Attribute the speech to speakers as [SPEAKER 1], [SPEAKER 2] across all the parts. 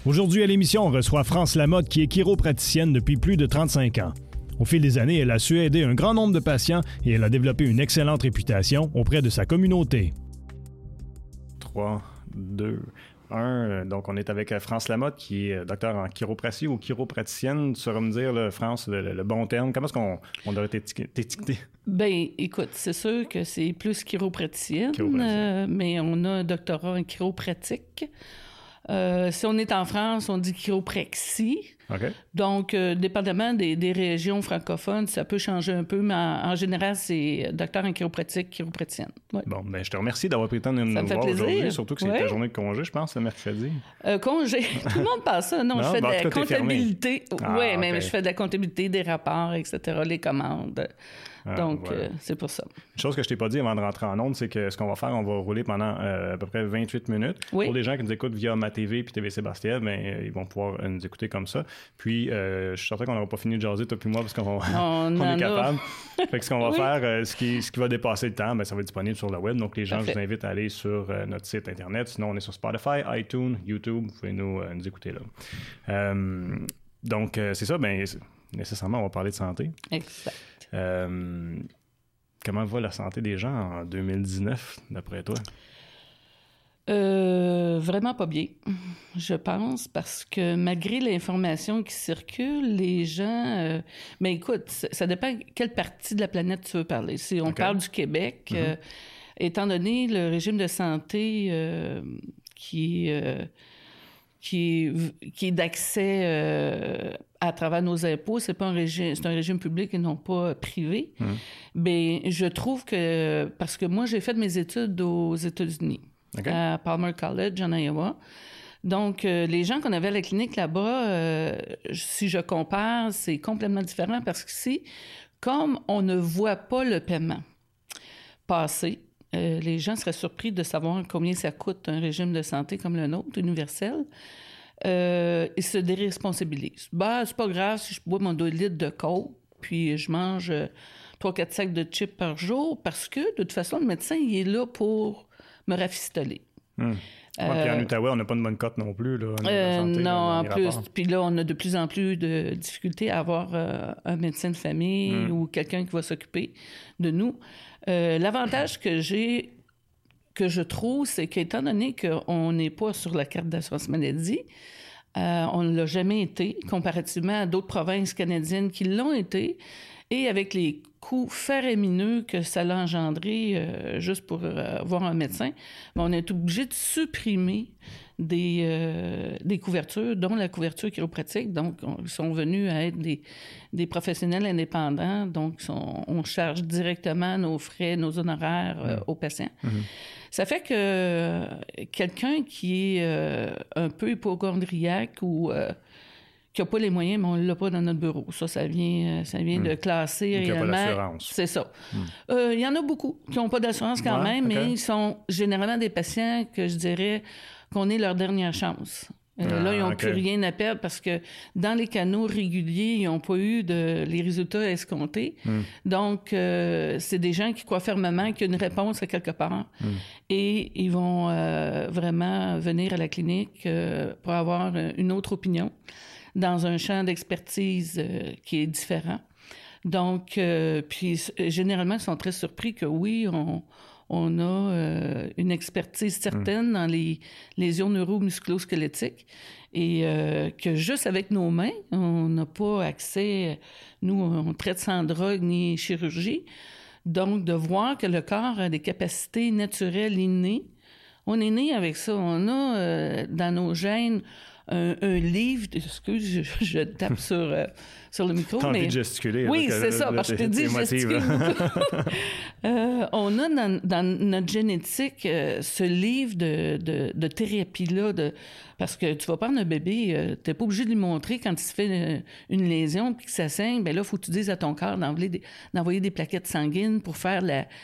[SPEAKER 1] Aujourd'hui à l'émission, on reçoit France Lamotte qui est chiropraticienne depuis plus de 35 ans. Au fil des années, elle a su aider un grand nombre de patients et elle a développé une excellente réputation auprès de sa communauté. 3, 2, 1. Donc, on est avec France Lamotte, qui est docteur en chiropratie ou chiropraticienne. Tu sauras me dire, là, France, le bon terme. Comment est-ce qu'on devrait t'étiqueter?
[SPEAKER 2] Bien, écoute, c'est sûr que c'est plus chiropraticienne, mais on a un doctorat en chiropratique. Si on est en France, on dit chiropraxie.
[SPEAKER 1] Okay.
[SPEAKER 2] Donc, dépendamment des régions francophones, ça peut changer un peu, mais en général, c'est docteur en chiropratique, chiropraticienne. Ouais.
[SPEAKER 1] Bon, ben, je te remercie d'avoir pris le temps de nous voir aujourd'hui, surtout que c'est ta journée de congé, je pense, le mercredi.
[SPEAKER 2] Congé, tout le monde passe ça. Non, je fais de la comptabilité. Oui, mais je fais de la comptabilité, des rapports, etc., les commandes. Donc, voilà. C'est pour ça.
[SPEAKER 1] Une chose que je t'ai pas dit avant de rentrer en ondes, c'est que ce qu'on va faire, on va rouler pendant à peu près 28 minutes. Oui. Pour les gens qui nous écoutent via ma TV puis TV Sébastien, ben, ils vont pouvoir nous écouter comme ça. Puis, je suis certain qu'on n'aura pas fini de jaser, toi puis moi, parce qu'on on est capable. Fait que ce qu'on va faire, ce qui va dépasser le temps, ben, ça va être disponible sur le web. Donc, les gens, je vous invite à aller sur notre site Internet. Sinon, on est sur Spotify, iTunes, YouTube. Vous pouvez nous écouter là. Donc, c'est ça. Ben, nécessairement, on va parler de santé.
[SPEAKER 2] Exact.
[SPEAKER 1] Comment va la santé des gens en 2019, d'après toi?
[SPEAKER 2] Vraiment pas bien, je pense, parce que malgré l'information qui circule, les gens... mais écoute, ça dépend quelle partie de la planète tu veux parler. Si on parle du Québec, étant donné le régime de santé qui est d'accès à travers nos impôts, c'est un régime public et non pas privé. Bien, je trouve que... Parce que moi, j'ai fait mes études aux États-Unis. Okay. À Palmer College, en Iowa. Donc, les gens qu'on avait à la clinique là-bas, si je compare, c'est complètement différent parce qu'ici, comme on ne voit pas le paiement passer, les gens seraient surpris de savoir combien ça coûte un régime de santé comme le nôtre, universel. Ils se déresponsabilisent. Ben, c'est pas grave si je bois mon 2 litres de coke, puis je mange 3-4 sacs de chips par jour, parce que, de toute façon, le médecin, il est là pour me rafistoler.
[SPEAKER 1] Puis en Outaouais, on n'a pas de bonne cote non plus. Là, santé,
[SPEAKER 2] non, en plus. Puis là, on a de plus en plus de difficultés à avoir un médecin de famille ou quelqu'un qui va s'occuper de nous. L'avantage que je trouve, c'est qu'étant donné qu'on n'est pas sur la carte d'assurance maladie, on ne l'a jamais été, comparativement à d'autres provinces canadiennes qui l'ont été, et avec les coûts faramineux que ça l'a engendré juste pour voir un médecin, on est obligé de supprimer des couvertures, dont la couverture chiropratique. Donc, ils sont venus à être des professionnels indépendants. Donc, on charge directement nos frais, nos honoraires aux patients. Ça fait que quelqu'un qui est un peu hypocondriaque ou qui n'a pas les moyens, mais on ne l'a pas dans notre bureau. Ça vient de classer réellement.
[SPEAKER 1] Il n'y a pas d'assurance.
[SPEAKER 2] C'est ça. Il y en a beaucoup qui n'ont pas d'assurance quand même, mais ils sont généralement des patients que je dirais qu'on est leur dernière chance. Là, ils n'ont plus rien à perdre parce que dans les canaux réguliers, ils n'ont pas eu les résultats escomptés. Donc, c'est des gens qui croient fermement qu'il y a une réponse à quelque part. Et ils vont vraiment venir à la clinique pour avoir une autre opinion dans un champ d'expertise qui est différent. Donc, puis généralement, ils sont très surpris que oui, on a une expertise certaine dans les lésions neuromusculo-squelettiques et que juste avec nos mains, on n'a pas accès... Nous, on traite sans drogue ni chirurgie. Donc, de voir que le corps a des capacités naturelles innées, on est né avec ça. On a dans nos gènes un livre... Excuse, je tape sur le micro.
[SPEAKER 1] T'as envie de gesticuler.
[SPEAKER 2] Oui, c'est ça, parce que je te dis, je gesticule beaucoup. On a dans notre génétique ce livre de thérapie-là, parce que tu vas prendre un bébé, t'es pas obligé de lui montrer quand il se fait une lésion puis que ça saigne, bien là, il faut que tu dises à ton corps d'envoyer des plaquettes sanguines pour faire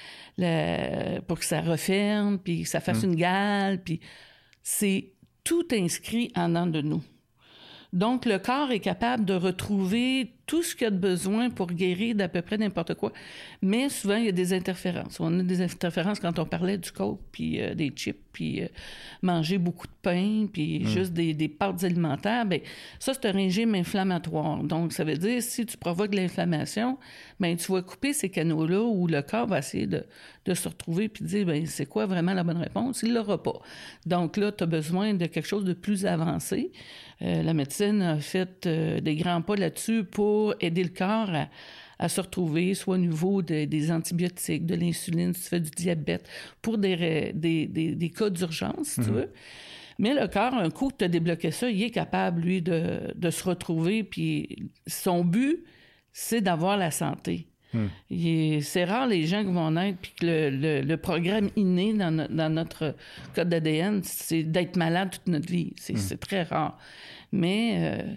[SPEAKER 2] pour que ça referme, puis que ça fasse une gale, puis c'est tout inscrit en dedans de nous. Donc, le corps est capable de retrouver tout ce qu'il y a de besoin pour guérir d'à peu près n'importe quoi. Mais souvent, il y a des interférences. On a des interférences quand on parlait du coke, puis des chips, puis manger beaucoup de pain, puis juste des pâtes alimentaires. Bien, ça, c'est un régime inflammatoire. Donc, ça veut dire, si tu provoques de l'inflammation, bien, tu vas couper ces canaux-là où le corps va essayer de se retrouver puis de dire, bien, c'est quoi vraiment la bonne réponse? Il ne l'aura pas. Donc là, tu as besoin de quelque chose de plus avancé. La médecine a fait des grands pas là-dessus pour aider le corps à se retrouver, soit au niveau des antibiotiques, de l'insuline, si tu fais du diabète, pour des cas d'urgence, si tu veux. Mais le corps, un coup que tu as débloqué ça, il est capable, lui, de se retrouver. Puis son but, c'est d'avoir la santé. C'est rare les gens qui vont naître puis que le programme inné dans notre code d'ADN, c'est d'être malade toute notre vie. C'est très rare. Mais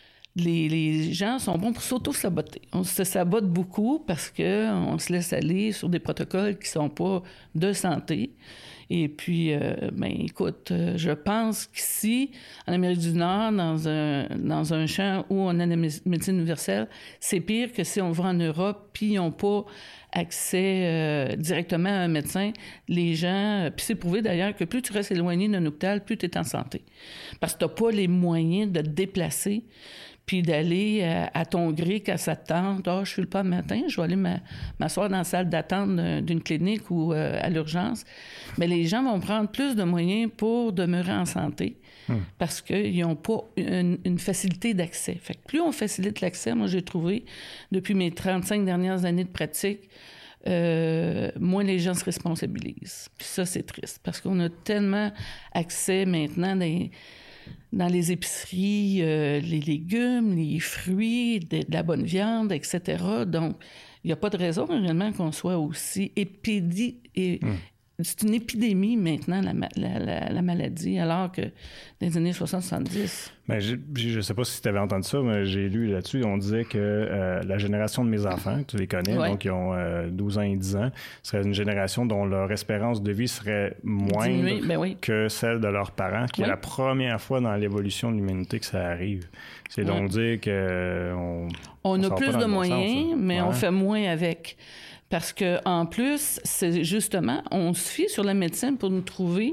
[SPEAKER 2] les gens sont bons pour s'auto-saboter. On se sabote beaucoup parce qu'on se laisse aller sur des protocoles qui ne sont pas de santé. Et puis, écoute, je pense qu'ici, en Amérique du Nord, dans un champ où on a la médecine universelle, c'est pire que si on va en Europe puis ils n'ont pas accès directement à un médecin. Les gens... Puis c'est prouvé d'ailleurs que plus tu restes éloigné d'un hôpital, plus tu es en santé. Parce que tu n'as pas les moyens de te déplacer puis d'aller à ton gré quand ça te tente. « Ah, je ne file pas le matin, je vais aller m'asseoir dans la salle d'attente d'une clinique ou à l'urgence. » Mais les gens vont prendre plus de moyens pour demeurer en santé parce qu'ils n'ont pas une facilité d'accès. Fait que plus on facilite l'accès, moi j'ai trouvé, depuis mes 35 dernières années de pratique, moins les gens se responsabilisent. Puis ça, c'est triste parce qu'on a tellement accès maintenant dans les épiceries, les légumes, les fruits, de la bonne viande, etc. Donc, il n'y a pas de raison réellement qu'on soit aussi c'est une épidémie maintenant, la maladie, alors que dans les années 60-70...
[SPEAKER 1] Bien, je ne sais pas si tu avais entendu ça, mais j'ai lu là-dessus, on disait que la génération de mes enfants, tu les connais, donc ils ont 12 ans et 10 ans, serait une génération dont leur espérance de vie serait moindre que celle de leurs parents, qui est la première fois dans l'évolution de l'humanité que ça arrive. C'est donc dire qu'on
[SPEAKER 2] a plus de moyens, mais on fait moins avec. Parce qu'en plus, c'est justement, on se fie sur la médecine pour nous trouver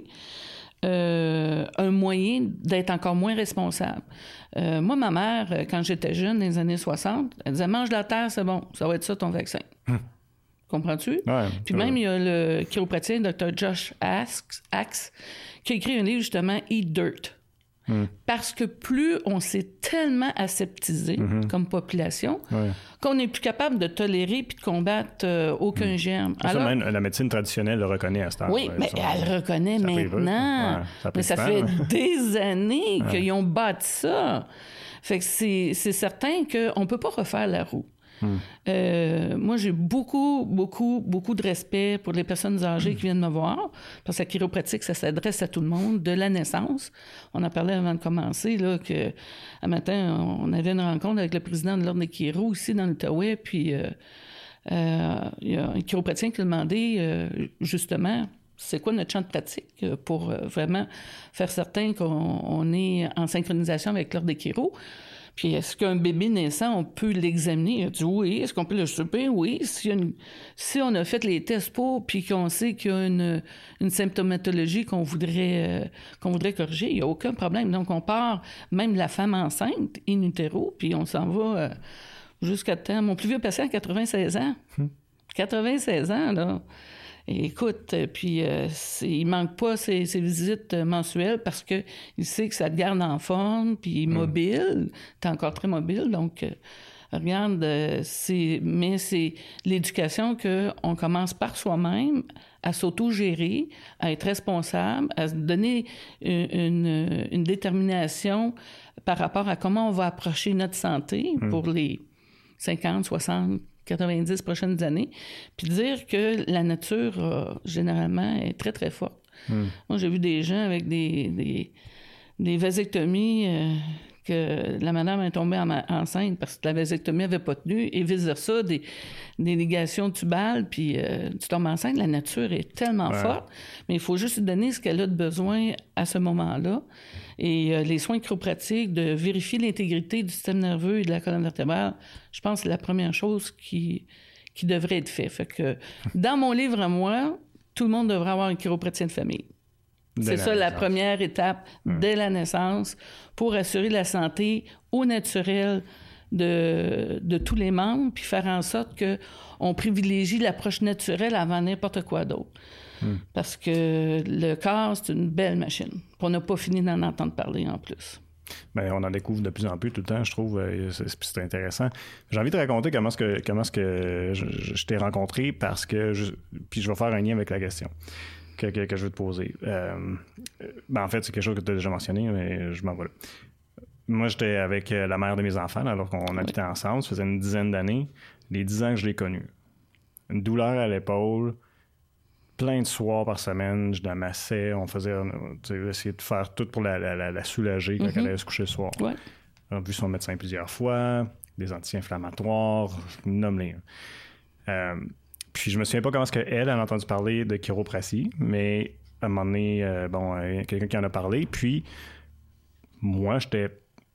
[SPEAKER 2] un moyen d'être encore moins responsable. Moi, ma mère, quand j'étais jeune, dans les années 60, elle disait « Mange la terre, c'est bon, ça va être ça ton vaccin. » Comprends-tu? Ouais, puis même, il y a le chiropraticien, Dr. Josh Axe, qui a écrit un livre, justement, « Eat Dirt ». Parce que plus on s'est tellement aseptisé comme population qu'on n'est plus capable de tolérer puis de combattre aucun germe.
[SPEAKER 1] Alors, ça, même la médecine traditionnelle le reconnaît à ce temps-là.
[SPEAKER 2] Oui, mais elle le reconnaît maintenant. Mais ça fait des années qu'ils ont bâti ça. Fait que c'est certain qu'on ne peut pas refaire la roue. Moi, j'ai beaucoup de respect pour les personnes âgées qui viennent me voir, parce que la chiropratique, ça s'adresse à tout le monde, de la naissance. On en parlait avant de commencer, là, que un matin, on avait une rencontre avec le président de l'Ordre des chiro ici dans l'Outaouais, puis il y a un chiropraticien qui a demandé, justement, c'est quoi notre champ de pratique pour vraiment faire certain qu'on est en synchronisation avec l'Ordre des chiro. Puis, est-ce qu'un bébé naissant, on peut l'examiner? Il a dit oui. Est-ce qu'on peut le choper? Oui. Si on a fait les tests pour, puis qu'on sait qu'il y a une symptomatologie qu'on voudrait corriger, il n'y a aucun problème. Donc, on part, même la femme enceinte, in utero, puis on s'en va jusqu'à temps. Mon plus vieux patient a 96 ans. 96 ans, là. Et écoute, puis il manque pas ses visites mensuelles parce que il sait que ça te garde en forme, puis il est mobile. T'es encore très mobile, donc regarde, c'est l'éducation qu'on commence par soi-même à s'auto-gérer, à être responsable, à se donner une détermination par rapport à comment on va approcher notre santé pour les 50, 60, 90 prochaines années, puis dire que la nature, généralement, est très, très forte. Moi, j'ai vu des gens avec des vasectomies que la madame est tombée enceinte parce que la vasectomie n'avait pas tenu, et vice-versa, des ligations tubales, puis tu tombes enceinte. La nature est tellement forte, mais il faut juste lui donner ce qu'elle a de besoin à ce moment-là. Et les soins chiropratiques, de vérifier l'intégrité du système nerveux et de la colonne vertébrale, je pense que c'est la première chose qui devrait être faite. Fait que dans mon livre à moi, tout le monde devrait avoir un chiropraticien de famille. C'est ça la première étape dès la naissance pour assurer la santé au naturel de tous les membres, puis faire en sorte qu'on privilégie l'approche naturelle avant n'importe quoi d'autre. Parce que le corps, c'est une belle machine. Puis on n'a pas fini d'en entendre parler en plus.
[SPEAKER 1] Bien, on en découvre de plus en plus tout le temps, je trouve. C'est intéressant. J'ai envie de raconter comment est-ce que je t'ai rencontré, parce que... Puis je vais faire un lien avec la question que je veux te poser. En fait, c'est quelque chose que tu as déjà mentionné, mais je m'en vais là. Moi, j'étais avec la mère de mes enfants, alors qu'on habitait ensemble. Ça faisait une dizaine d'années. Les 10 ans que je l'ai connue. Une douleur à l'épaule, plein de soirs par semaine, je la massais, on faisait essayer de faire tout pour la soulager quand elle allait se coucher le soir. Ouais. On a vu son médecin plusieurs fois, des anti-inflammatoires, nomme-les. Puis je me souviens pas comment est-ce qu'elle a entendu parler de chiropratie, mais à un moment donné, quelqu'un qui en a parlé, puis moi, j'étais...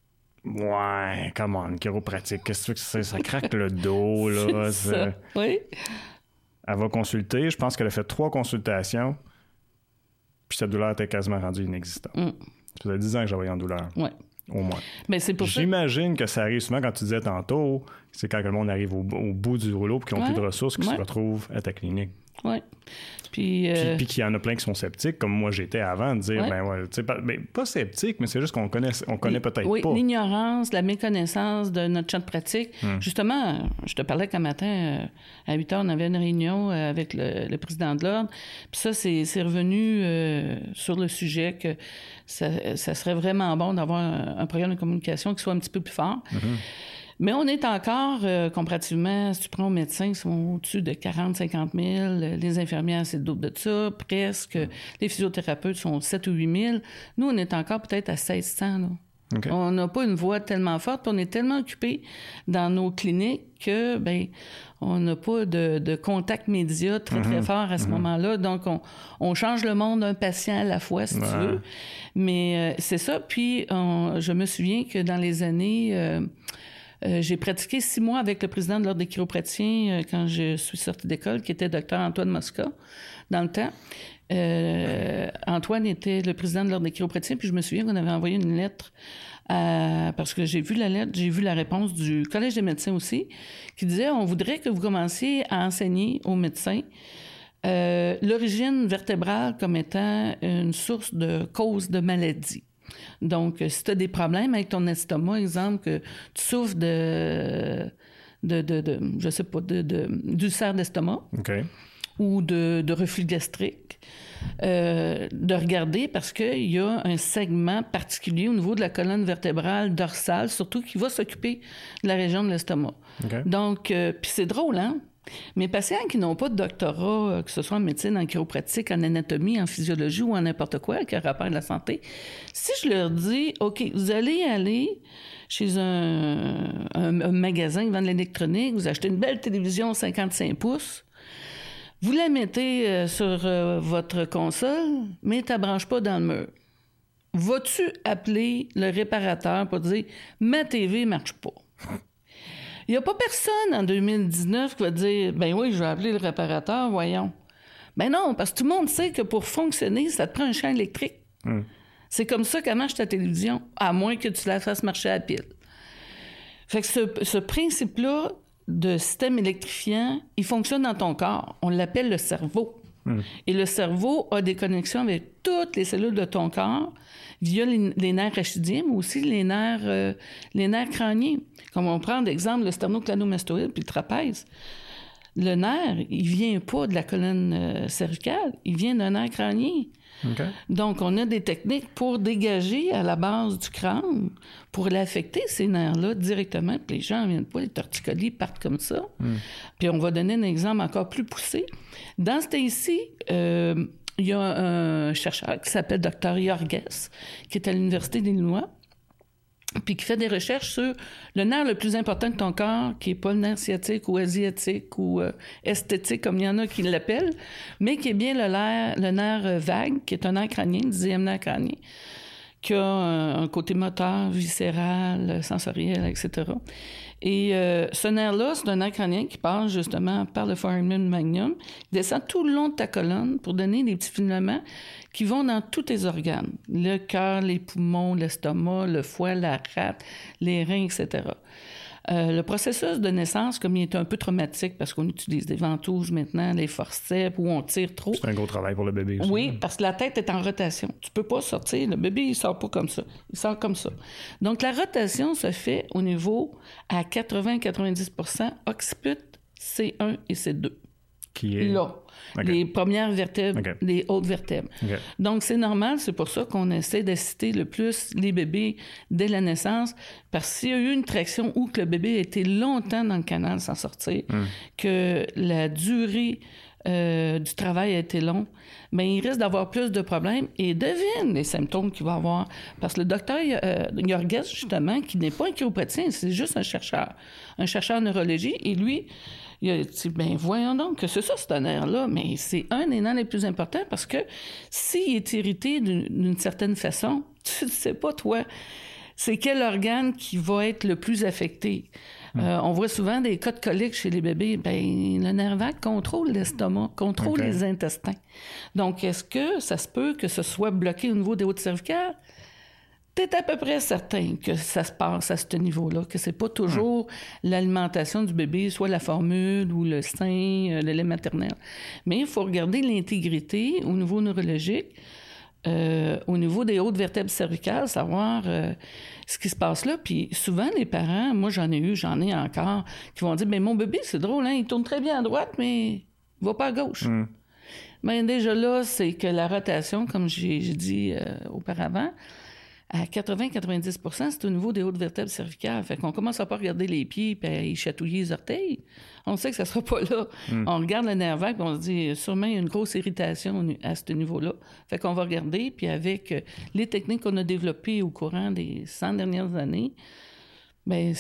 [SPEAKER 1] Ouais, come on, chiropratique, qu'est-ce que c'est? Ça craque le dos, là.
[SPEAKER 2] C'est ça. Oui.
[SPEAKER 1] Elle va consulter. Je pense qu'elle a fait 3 consultations. Puis sa douleur était quasiment rendue inexistante. Ça faisait 10 ans que j'avais en douleur.
[SPEAKER 2] Oui.
[SPEAKER 1] Au moins.
[SPEAKER 2] Mais c'est pour
[SPEAKER 1] J'imagine que ça arrive souvent quand tu disais tantôt, c'est quand le monde arrive au bout du rouleau et qu'ils n'ont plus de ressources, qu'ils se retrouvent à ta clinique.
[SPEAKER 2] Oui. Puis
[SPEAKER 1] qu'il y en a plein qui sont sceptiques, comme moi j'étais avant, de dire, pas sceptique, mais c'est juste qu'on connaît peut-être pas.
[SPEAKER 2] Oui, l'ignorance, la méconnaissance de notre champ de pratique. Justement, je te parlais qu'un matin, à 8 heures, on avait une réunion avec le président de l'Ordre. Puis ça, c'est revenu sur le sujet que ça serait vraiment bon d'avoir un programme de communication qui soit un petit peu plus fort. Mais on est encore, comparativement, si tu prends aux médecins, ils sont au-dessus de 40-50 000. Les infirmières, c'est le double de ça, presque. Les physiothérapeutes sont 7 ou 8 000. Nous, on est encore peut-être à 1600, là. Okay. On n'a pas une voix tellement forte, puis on est tellement occupé dans nos cliniques que, on n'a pas de contact média très, très fort à ce moment-là. Donc, on change le monde d'un patient à la fois, si tu veux. Mais c'est ça. Puis, je me souviens que dans les années... j'ai pratiqué 6 mois avec le président de l'Ordre des chiropraticiens quand je suis sortie d'école, qui était Dr Antoine Mosca, dans le temps. Antoine était le président de l'Ordre des chiropraticiens, puis je me souviens qu'on avait envoyé une lettre parce que j'ai vu la lettre, j'ai vu la réponse du Collège des médecins aussi, qui disait « On voudrait que vous commenciez à enseigner aux médecins l'origine vertébrale comme étant une source de cause de maladie. » Donc, si tu as des problèmes avec ton estomac, exemple, que tu souffres d'ulcère d'estomac ou de reflux gastrique, de regarder parce qu'il y a un segment particulier au niveau de la colonne vertébrale dorsale, surtout qui va s'occuper de la région de l'estomac. Donc, puis c'est drôle, hein? Mes patients qui n'ont pas de doctorat, que ce soit en médecine, en chiropratique, en anatomie, en physiologie ou en n'importe quoi, avec un rapport de la santé, si je leur dis, OK, vous allez aller chez un magasin qui vend de l'électronique, vous achetez une belle télévision 55 pouces, vous la mettez sur votre console, mais tu ne la branches pas dans le mur. Vas-tu appeler le réparateur pour dire « Ma TV ne marche pas ». Il n'y a pas personne en 2019 qui va dire « Ben oui, je vais appeler le réparateur, voyons ». Ben non, parce que tout le monde sait que pour fonctionner, ça te prend un champ électrique. C'est comme ça qu'elle marche ta télévision, à moins que tu la fasses marcher à pile. Fait que ce principe-là de système électrifiant, il fonctionne dans ton corps. On l'appelle le cerveau. Et le cerveau a des connexions avec toutes les cellules de ton corps via les nerfs rachidiens, mais aussi les nerfs crâniens. Comme on prend d'exemple le sternocleidomastoïde puis le trapèze. Le nerf, il vient pas de la colonne cervicale, il vient d'un nerf crânien. Donc, on a des techniques pour dégager à la base du crâne, pour l'affecter, ces nerfs-là, directement. Puis les gens ne viennent pas, les torticolis partent comme ça. Puis on va donner un exemple encore plus poussé. Dans ce cas-ci, il y a un chercheur qui s'appelle Dr Jorges, qui est à l'Université d'Illinois. puis qui fait des recherches sur le nerf le plus important de ton corps, qui n'est pas le nerf sciatique ou asiatique ou esthétique, comme il y en a qui l'appellent, mais qui est bien le nerf vague, qui est un nerf crânien, le 10e nerf crânien, qui a un côté moteur, viscéral, sensoriel, etc. Et ce nerf-là, c'est un nerf crânien qui passe justement par le foramen magnum, qui descend tout le long de ta colonne pour donner des petits filaments qui vont dans tous tes organes. Le cœur, les poumons, l'estomac, le foie, la rate, les reins, etc. Le processus de naissance, comme il est un peu traumatique parce qu'on utilise des ventouses maintenant, les forceps, où on tire trop.
[SPEAKER 1] C'est un gros travail pour le bébé aussi.
[SPEAKER 2] Oui, parce que la tête est en rotation. Tu peux pas sortir. Le bébé, il sort pas comme ça. Il sort comme ça. Donc, la rotation se fait au niveau à 80-90% occiput, C1 et C2.
[SPEAKER 1] Qui est...
[SPEAKER 2] Là. Okay. Les premières vertèbres, okay. Les hautes vertèbres. Okay. Donc, c'est normal, c'est pour ça qu'on essaie d'assister le plus les bébés dès la naissance, parce que s'il y a eu une traction ou que le bébé a été longtemps dans le canal sans sortir, que la durée du travail a été longue, bien, il risque d'avoir plus de problèmes et devine les symptômes qu'il va avoir. Parce que le docteur Yorgues, justement, qui n'est pas un chiropraticien, c'est juste un chercheur en neurologie, et lui, il a dit, bien, voyons donc que c'est ça, ce nerf-là, mais c'est un des nerfs les plus importants parce que s'il est irrité d'une certaine façon, tu ne sais pas, toi, c'est quel organe qui va être le plus affecté. On voit souvent des cas de colique chez les bébés. Bien, le nerf vague contrôle l'estomac, contrôle les intestins. Donc, est-ce que ça se peut que ce soit bloqué au niveau des hautes cervicales? T'es à peu près certain que ça se passe à ce niveau-là, que c'est pas toujours l'alimentation du bébé, soit la formule ou le sein, le lait maternel. Mais il faut regarder l'intégrité au niveau neurologique, au niveau des hautes vertèbres cervicales, savoir ce qui se passe là. Puis souvent, les parents, moi j'en ai encore, qui vont dire, bien mon bébé, c'est drôle, hein, il tourne très bien à droite, mais il va pas à gauche. Bien déjà là, c'est que la rotation, comme j'ai dit auparavant, à 80-90%, c'est au niveau des hautes vertèbres cervicales. Fait qu'on commence à pas regarder les pieds et à y chatouiller les orteils. On sait que ça sera pas là. On regarde le nerf vague et on se dit, sûrement, il y a une grosse irritation à ce niveau-là. Fait qu'on va regarder, puis avec les techniques qu'on a développées au courant des 100 dernières années, bien,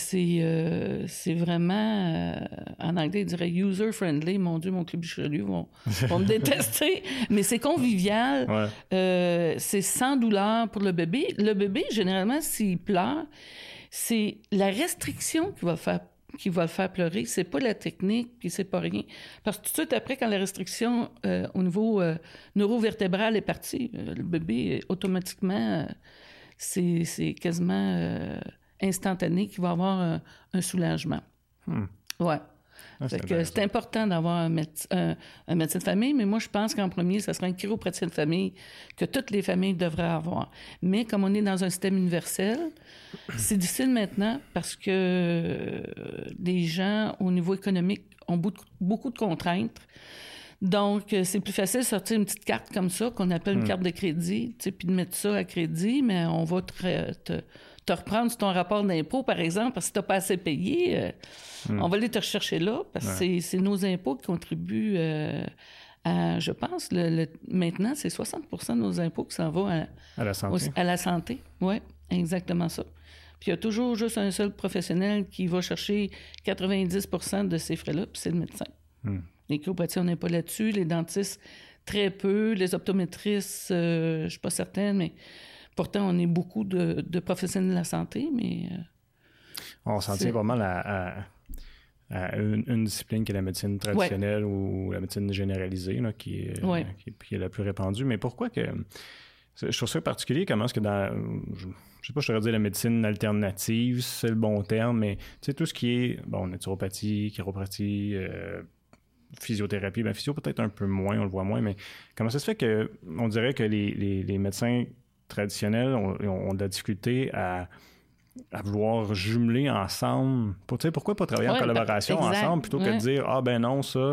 [SPEAKER 2] c'est vraiment, en anglais, ils diraient user-friendly. Mon Dieu, mon club Bichelu vont me détester. Mais c'est convivial. C'est sans douleur pour le bébé. Le bébé, généralement, s'il pleure, c'est la restriction qui va le faire pleurer. C'est pas la technique, puis c'est pas rien. Parce que tout de suite après, quand la restriction au niveau neurovertébral est partie, le bébé, automatiquement, c'est quasiment... instantané qui va avoir un soulagement. Ouais. C'est important d'avoir un médecin de famille, mais moi, je pense qu'en premier, ça serait un chiropraticien de famille que toutes les familles devraient avoir. Mais comme on est dans un système universel, c'est difficile maintenant parce que les gens, au niveau économique, ont beaucoup de contraintes. Donc, c'est plus facile de sortir une petite carte comme ça, qu'on appelle une carte de crédit, puis de mettre ça à crédit, mais on va te reprendre sur ton rapport d'impôt, par exemple, parce que si tu n'as pas assez payé, on va aller te rechercher là, parce que c'est nos impôts qui contribuent à, je pense, maintenant, c'est 60% de nos impôts qui s'en vont
[SPEAKER 1] à la santé.
[SPEAKER 2] À la santé, oui, exactement ça. Puis il y a toujours juste un seul professionnel qui va chercher 90% de ces frais-là, puis c'est le médecin. Les chiropraticiens, on n'est pas là-dessus. Les dentistes, très peu. Les optométristes, je ne suis pas certaine, mais pourtant, on est beaucoup de professionnels de la santé, mais...
[SPEAKER 1] on s'en tient vraiment à une discipline qui est la médecine traditionnelle ou la médecine généralisée, là, qui est la plus répandue. Mais pourquoi que... Je trouve ça particulier, comment est-ce que dans... Je sais pas, je t'aurais dit la médecine alternative, c'est le bon terme, mais tu sais, tout ce qui est, naturopathie, chiropratie... physiothérapie, physio peut-être un peu moins, on le voit moins, mais comment ça se fait qu'on dirait que les médecins traditionnels ont de la difficulté à vouloir jumeler ensemble? Pourquoi pas travailler en collaboration ensemble plutôt que de dire, non, ça,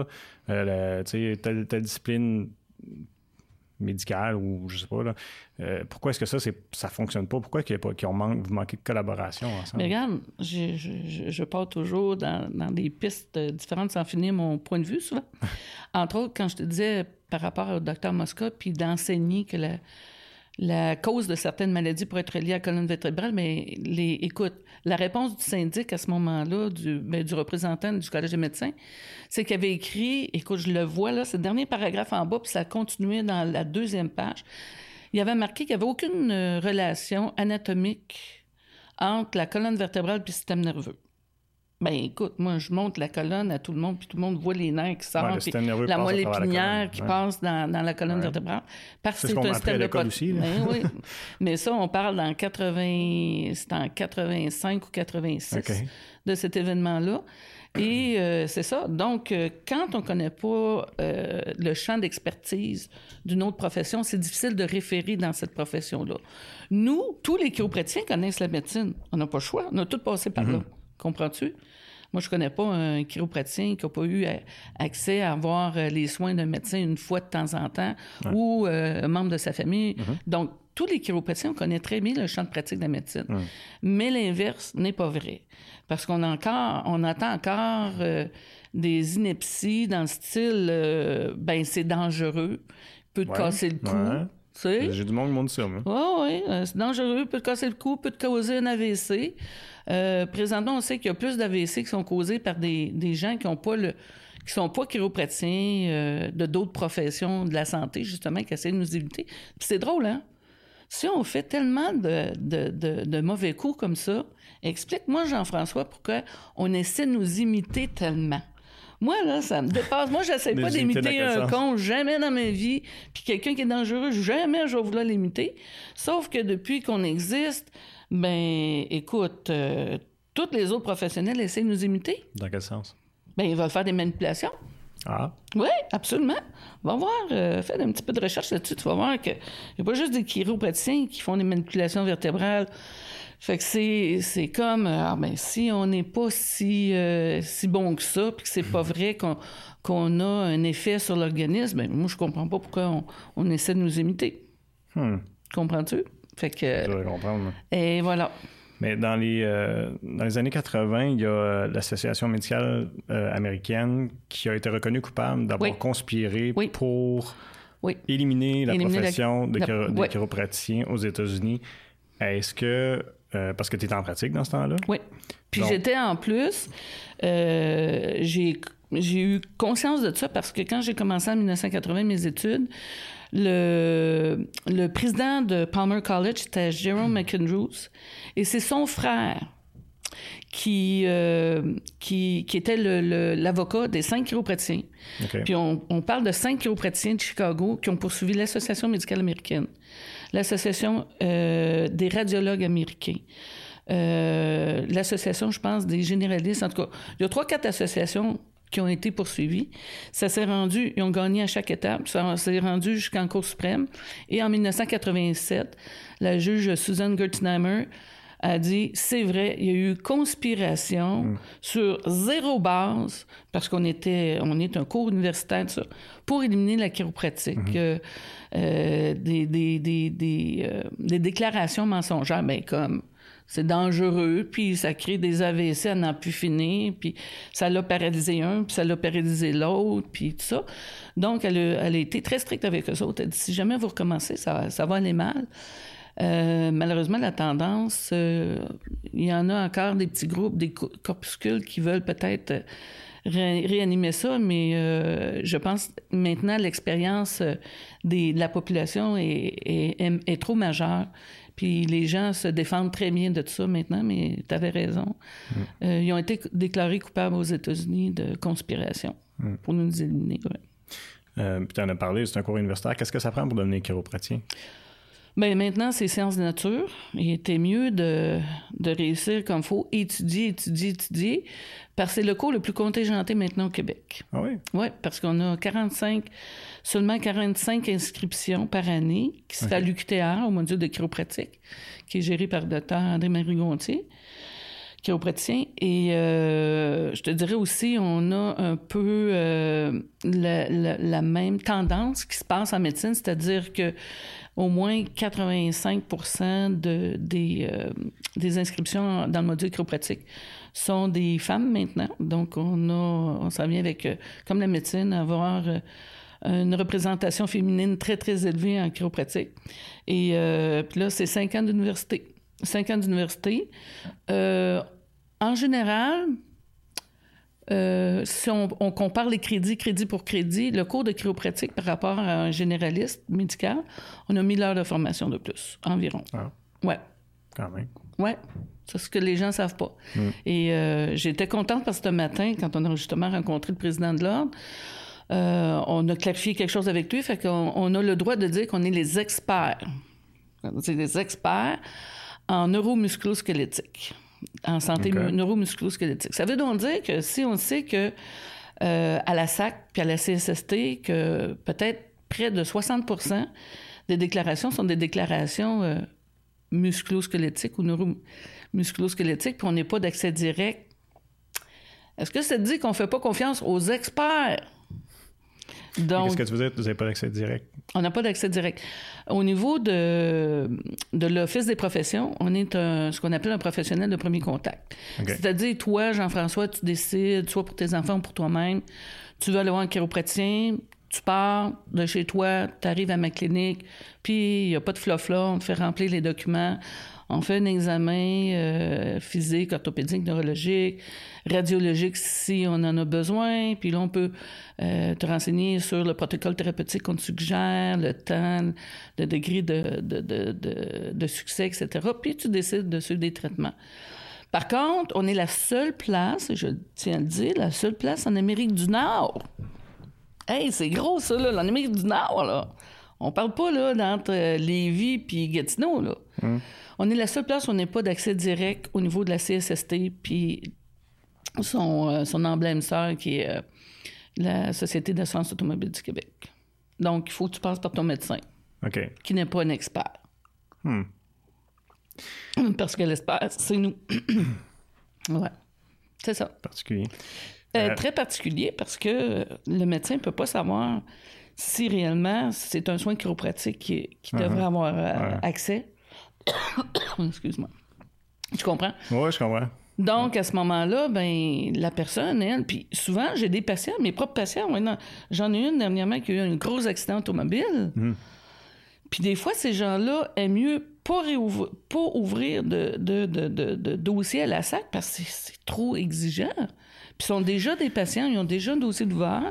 [SPEAKER 1] telle discipline médicale ou je sais pas, là, pourquoi est-ce que ça fonctionne pas? Pourquoi vous manquez de collaboration ensemble?
[SPEAKER 2] Mais regarde, je pars toujours dans des pistes différentes sans finir mon point de vue, souvent. Entre autres, quand je te disais par rapport au Dr Mosca, puis d'enseigner que la cause de certaines maladies pourrait être liée à la colonne vertébrale, mais écoute, la réponse du syndic à ce moment-là, du représentant du Collège des médecins, c'est qu'il avait écrit, écoute, je le vois là, c'est le dernier paragraphe en bas, puis ça continuait dans la 2e page. Il avait marqué qu'il n'y avait aucune relation anatomique entre la colonne vertébrale et le système nerveux. Ben écoute, moi, je montre la colonne à tout le monde, puis tout le monde voit les nerfs qui sortent, puis la moelle épinière qui passe dans la colonne vertébrale. Parce que c'est un système de
[SPEAKER 1] aussi,
[SPEAKER 2] oui. Mais ça, on parle dans 80... C'est en 85 ou 86 de cet événement-là. Et c'est ça. Donc, quand on ne connaît pas le champ d'expertise d'une autre profession, c'est difficile de référer dans cette profession-là. Nous, tous les chiropraticiens connaissent la médecine. On n'a pas le choix. On a tous passé par là. Comprends-tu? Moi, je connais pas un chiropraticien qui n'a pas eu accès à avoir les soins d'un médecin une fois de temps en temps ou un membre de sa famille. Donc, tous les chiropraticiens, on connaît très bien le champ de pratique de la médecine. Mais l'inverse n'est pas vrai. Parce qu'on entend encore des inepties dans le style « c'est dangereux, peut te casser le cou ».
[SPEAKER 1] J'ai du monde qui montre ça, moi.
[SPEAKER 2] Oui, c'est dangereux, peut te casser le cou, peut te causer un AVC. Présentement, on sait qu'il y a plus d'AVC qui sont causés par des gens qui sont pas chiropraticiens de d'autres professions de la santé, justement, qui essaient de nous éviter. Puis c'est drôle, hein? Si on fait tellement de mauvais coups comme ça, explique-moi, Jean-François, pourquoi on essaie de nous imiter tellement. Moi, là, ça me dépasse. Moi, j'essaie pas d'imiter un con, jamais dans ma vie. Puis quelqu'un qui est dangereux, jamais je vais vouloir l'imiter. Sauf que depuis qu'on existe, écoute, tous les autres professionnels essaient de nous imiter.
[SPEAKER 1] Dans quel sens?
[SPEAKER 2] Ils veulent faire des manipulations.
[SPEAKER 1] Ah.
[SPEAKER 2] Oui, absolument. Va voir, fais un petit peu de recherche là-dessus. Tu vas voir qu'il n'y a pas juste des chiropraticiens qui font des manipulations vertébrales. Fait que c'est comme, si on n'est pas si bon que ça, puis que c'est pas vrai qu'on a un effet sur l'organisme, moi, je comprends pas pourquoi on essaie de nous imiter. Comprends-tu? Fait que...
[SPEAKER 1] Je vais comprendre.
[SPEAKER 2] Et voilà.
[SPEAKER 1] Mais dans les années 80, il y a l'Association médicale américaine qui a été reconnue coupable d'avoir conspiré pour éliminer la profession des chiropraticiens aux États-Unis. Est-ce que... parce que tu étais en pratique dans ce temps-là?
[SPEAKER 2] Oui. Puis j'étais en plus... j'ai eu conscience de ça parce que quand j'ai commencé en 1980 mes études, le président de Palmer College, c'était Jerome McAndrews, et c'est son frère qui était l'avocat des 5 chiropraticiens. Puis on parle de 5 chiropraticiens de Chicago qui ont poursuivi l'Association médicale américaine, l'Association des radiologues américains, l'Association, je pense, des généralistes. En tout cas, il y a 3-4 associations qui ont été poursuivis. Ça s'est rendu, ils ont gagné à chaque étape, ça s'est rendu jusqu'en Cour suprême. Et en 1987, la juge Susan Gertzheimer a dit, c'est vrai, il y a eu conspiration sur 0 base, parce qu'on est un cours universitaire, ça, pour éliminer la chiropratique. Des déclarations mensongères, comme... C'est dangereux, puis ça crée des AVC à n'en plus finir, puis ça l'a paralysé un, puis ça l'a paralysé l'autre, puis tout ça. Donc, elle a été très stricte avec eux autres. Elle dit, si jamais vous recommencez, ça va aller mal. Malheureusement, la tendance, il y en a encore des petits groupes, des corpuscules qui veulent peut-être réanimer ça, mais je pense maintenant l'expérience de la population est trop majeure. Puis les gens se défendent très bien de ça maintenant, mais tu avais raison. Ils ont été déclarés coupables aux États-Unis de conspiration pour nous éliminer.
[SPEAKER 1] Puis tu en as parlé, c'est un cours universitaire. Qu'est-ce que ça prend pour devenir chiropraticien?
[SPEAKER 2] Maintenant, c'est sciences de nature. Il était mieux de réussir comme il faut, étudier, parce que c'est le cours le plus contingenté maintenant au Québec.
[SPEAKER 1] Ah oui?
[SPEAKER 2] Oui, parce qu'on a seulement 45 inscriptions par année qui se fait à l'UQTR, au module de chiropratique, qui est géré par le docteur André-Marie Gontier, chiropraticien. Et je te dirais aussi, on a un peu la même tendance qui se passe en médecine, c'est-à-dire que au moins 85% des inscriptions dans le module chiropratique sont des femmes maintenant. Donc, on s'en vient avec, comme la médecine, avoir une représentation féminine très, très élevée en chiropratique. Et puis là, c'est 5 ans d'université. 5 ans d'université. En général, si on compare les crédit pour crédit, le cours de chiropratique par rapport à un généraliste médical, on a 1000 heures de formation de plus, environ. Ah. Ouais.
[SPEAKER 1] Quand même.
[SPEAKER 2] Ouais. C'est ce que les gens ne savent pas. Et j'étais contente parce que ce matin, quand on a justement rencontré le président de l'Ordre, on a clarifié quelque chose avec lui, fait qu'on a le droit de dire qu'on est les experts. C'est les experts en neuromusculo-squelettique, en santé neuromusculo-squelettique. Ça veut donc dire que si on sait que à la SAC puis à la CSST, que peut-être près de 60% des déclarations sont des déclarations musculo-squelettiques ou neuromusculo-squelettiques, puis on n'est pas d'accès direct. Est-ce que ça te dit qu'on ne fait pas confiance aux experts? Donc,
[SPEAKER 1] qu'est-ce que tu veux dire? Vous n'avez pas d'accès direct?
[SPEAKER 2] On n'a pas d'accès direct. Au niveau de l'Office des professions, on est ce qu'on appelle un professionnel de premier contact. Okay. C'est-à-dire, toi, Jean-François, tu décides, soit pour tes enfants ou pour toi-même, tu veux aller voir un chiropraticien, tu pars de chez toi, tu arrives à ma clinique, puis il n'y a pas de flafla, on te fait remplir les documents, on fait un examen physique, orthopédique, neurologique, radiologique si on en a besoin, puis là, on peut te renseigner sur le protocole thérapeutique qu'on te suggère, le temps, le degré de succès, etc. Puis tu décides de suivre des traitements. Par contre, on est la seule place, je tiens à le dire, la seule place en Amérique du Nord. Hey, c'est gros, ça, là, en Amérique du Nord, là. On parle pas, là, d'entre Lévis puis Gatineau, là. On est la seule place où on n'a pas d'accès direct au niveau de la CSST puis son emblème sœur qui est la Société d'assurance automobile du Québec. Donc, il faut que tu passes par ton médecin, qui n'est pas un expert. Parce que l'expert, c'est nous. Ouais, c'est ça.
[SPEAKER 1] Particulier.
[SPEAKER 2] Très particulier parce que le médecin ne peut pas savoir si réellement c'est un soin chiropratique qui devrait avoir accès. Excuse-moi. Tu comprends?
[SPEAKER 1] Oui, je comprends.
[SPEAKER 2] Donc, à ce moment-là, ben la personne, elle, puis souvent, j'ai des patients, mes propres patients, j'en ai une dernièrement qui a eu un gros accident automobile. Puis des fois, ces gens-là aiment mieux pas ouvrir de dossier à la SAC parce que c'est trop exigeant. Puis ils sont déjà des patients, ils ont déjà un dossier ouvert.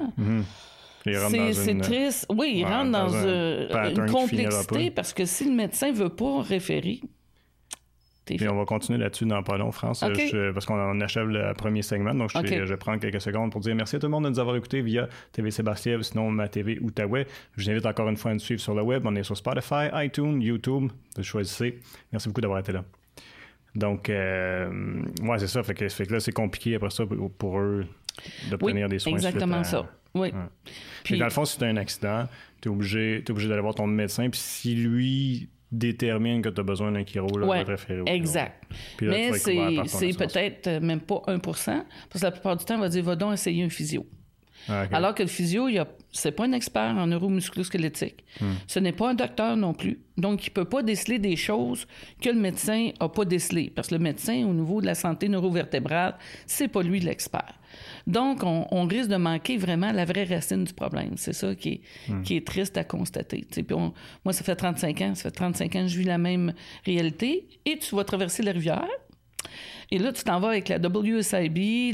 [SPEAKER 2] C'est triste. Oui, ils rentrent dans une complexité parce que si le médecin ne veut pas référer...
[SPEAKER 1] Puis on va continuer là-dessus dans pas long, France, parce qu'on achève le premier segment. Donc, je prends quelques secondes pour dire merci à tout le monde de nous avoir écoutés via TV Sébastien, sinon ma TV Outaouais. Je vous invite encore une fois à nous suivre sur le web. On est sur Spotify, iTunes, YouTube. Vous choisissez. Merci beaucoup d'avoir été là. Donc, ouais, c'est ça. Fait que là, c'est compliqué après ça pour eux d'obtenir des soins.
[SPEAKER 2] Exactement ça. Oui.
[SPEAKER 1] Puis, dans le fond, si tu as un accident, tu es obligé d'aller voir ton médecin. Puis si lui détermine que tu as besoin d'un chiro, là, va te référer au
[SPEAKER 2] exact.
[SPEAKER 1] Puis là,
[SPEAKER 2] mais c'est peut-être même pas 1%, parce que la plupart du temps, on va dire, va donc essayer un physio. Alors que le physio, c'est pas un expert en neuromusculo-squelettique. Ce n'est pas un docteur non plus. Donc, il peut pas déceler des choses que le médecin a pas décelées. Parce que le médecin, au niveau de la santé neurovertébrale, c'est pas lui l'expert. Donc, on risque de manquer vraiment la vraie racine du problème. C'est ça qui est triste à constater. Puis moi, ça fait 35 ans. Ça fait 35 ans que je vis la même réalité. Et tu vas traverser la rivière. Et là, tu t'en vas avec la WSIB,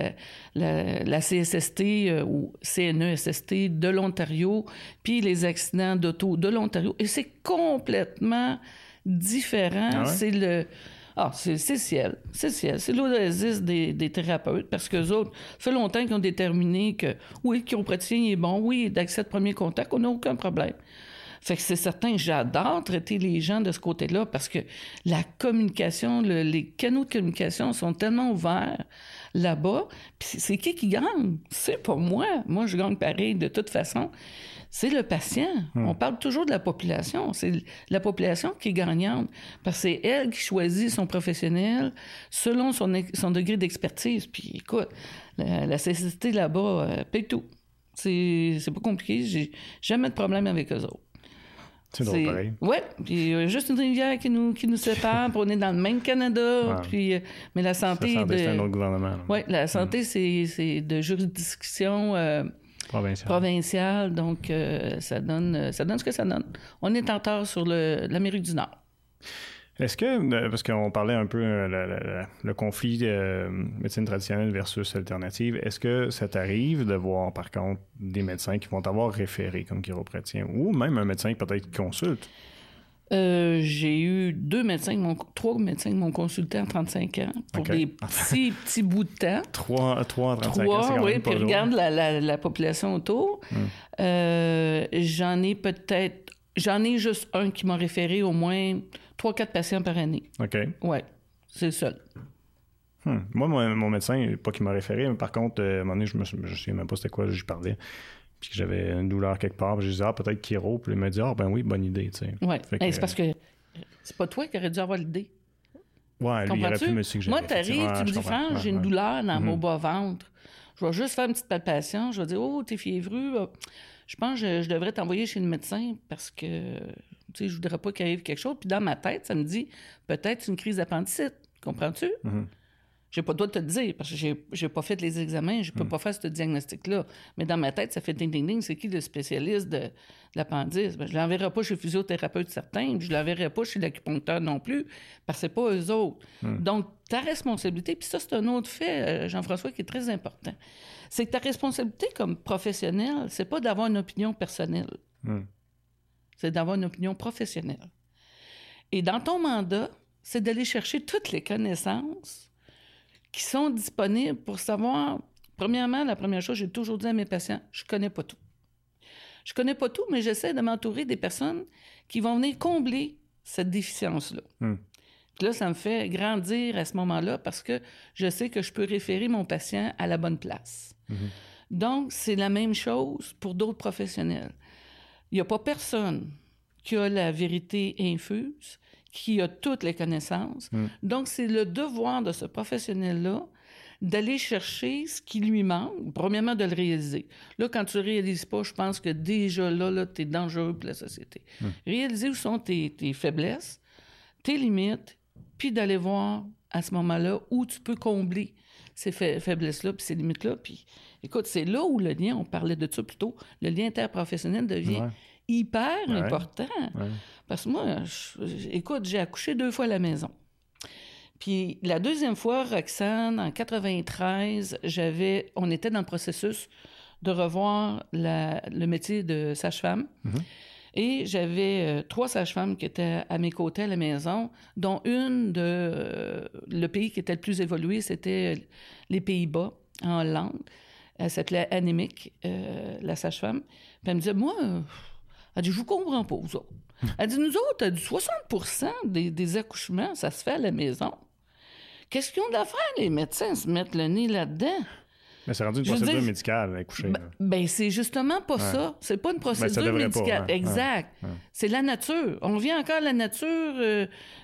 [SPEAKER 2] la CSST ou CNESST de l'Ontario, puis les accidents d'auto de l'Ontario. Et c'est complètement différent. Ah ouais? C'est ciel. C'est ciel. C'est l'oasis des thérapeutes, parce qu'eux autres, ça fait longtemps qu'ils ont déterminé que, oui, le chiropraticien est bon, oui, d'accès de premier contact, on n'a aucun problème. Fait que c'est certain, j'adore traiter les gens de ce côté-là parce que la communication, les canaux de communication sont tellement ouverts là-bas. Puis c'est qui gagne? C'est pas moi. Moi, je gagne pareil de toute façon. C'est le patient. On parle toujours de la population. C'est la population qui est gagnante parce que c'est elle qui choisit son professionnel selon son degré d'expertise. Puis écoute, la CSST là-bas paye tout. C'est pas compliqué. J'ai jamais de problème avec eux autres.
[SPEAKER 1] C'est drôle, pareil.
[SPEAKER 2] Oui, puis il y a juste une rivière qui nous sépare, puis on est dans le même Canada, puis, mais la santé...
[SPEAKER 1] c'est un autre gouvernement.
[SPEAKER 2] Oui, la santé, c'est de juridiction provincial. Donc, ça donne ce que ça donne. On est en retard sur l'Amérique du Nord.
[SPEAKER 1] Est-ce que, parce qu'on parlait un peu le conflit médecine traditionnelle versus alternative, est-ce que ça t'arrive de voir, par contre, des médecins qui vont t'avoir référé comme chiropratien ou même un médecin qui peut-être consulte?
[SPEAKER 2] J'ai eu trois médecins qui m'ont consulté en 35 ans pour des petits bouts de temps.
[SPEAKER 1] Trois en 35 ans, c'est quand même pas
[SPEAKER 2] puis regarde la population autour. J'en ai juste un qui m'a référé au moins 3-4 patients par année.
[SPEAKER 1] OK.
[SPEAKER 2] Oui, c'est le seul.
[SPEAKER 1] Moi, mon médecin, pas qu'il m'a référé, mais par contre, à un moment donné, je ne sais même pas c'était quoi, j'y parlais. Puis j'avais une douleur quelque part. Puis je disais, peut-être chiro. Puis il m'a dit, ben oui, bonne idée.
[SPEAKER 2] Oui, c'est parce que c'est pas toi qui aurais dû avoir l'idée.
[SPEAKER 1] Ouais, lui, il aurait pu me suggérer.
[SPEAKER 2] Moi, t'arrives, tu me dis, Franck, j'ai une douleur dans mon bas-ventre. Je vais juste faire une petite palpation. Je vais dire, t'es fiévreux. Je pense que je devrais t'envoyer chez le médecin parce que je voudrais pas qu'il arrive quelque chose. Puis dans ma tête, ça me dit, peut-être une crise d'appendicite. Comprends-tu? J'ai pas le droit de te le dire parce que j'ai pas fait les examens, je peux pas faire ce diagnostic-là. Mais dans ma tête, ça fait ding-ding-ding, c'est qui le spécialiste de l'appendice? Je l'enverrai pas chez le physiothérapeute certain, puis je l'enverrai pas chez l'acupuncteur non plus, parce que c'est pas eux autres. Donc, ta responsabilité, puis ça, c'est un autre fait, Jean-François, qui est très important, c'est que ta responsabilité comme professionnel, c'est pas d'avoir une opinion personnelle. C'est d'avoir une opinion professionnelle. Et dans ton mandat, c'est d'aller chercher toutes les connaissances qui sont disponibles pour savoir... Premièrement, la première chose, j'ai toujours dit à mes patients, je connais pas tout. Je connais pas tout, mais j'essaie de m'entourer des personnes qui vont venir combler cette déficience-là. Puis là, ça me fait grandir à ce moment-là parce que je sais que je peux référer mon patient à la bonne place. Donc, c'est la même chose pour d'autres professionnels. Il n'y a pas personne qui a la vérité infuse, qui a toutes les connaissances. Donc, c'est le devoir de ce professionnel-là d'aller chercher ce qui lui manque, premièrement de le réaliser. Là, quand tu ne réalises pas, je pense que déjà là tu es dangereux pour la société. Réaliser où sont tes faiblesses, tes limites, puis d'aller voir à ce moment-là où tu peux combler ces faiblesses-là puis ces limites-là. Puis, écoute, c'est là où le lien, on parlait de ça plus tôt, le lien interprofessionnel devient hyper important. Parce que moi, écoute, j'ai accouché 2 fois à la maison. Puis la deuxième fois, Roxane, en 93, on était dans le processus de revoir le métier de sage-femme. Et j'avais 3 sages-femmes qui étaient à mes côtés à la maison, dont une le pays qui était le plus évolué, c'était les Pays-Bas, en Hollande. Elle s'appelait Annemiek, la sage-femme. Puis elle me disait, moi... Elle dit, je vous comprends pas, vous autres. Elle dit, nous autres, elle dit, 60% des accouchements, ça se fait à la maison. Qu'est-ce qu'ils ont d'affaire, les médecins, se mettre le nez là-dedans?
[SPEAKER 1] Mais c'est rendu une procédure médicale, accoucher.
[SPEAKER 2] C'est justement pas ça. C'est pas une procédure médicale.
[SPEAKER 1] Pas,
[SPEAKER 2] exact. C'est la nature. On revient encore à la nature,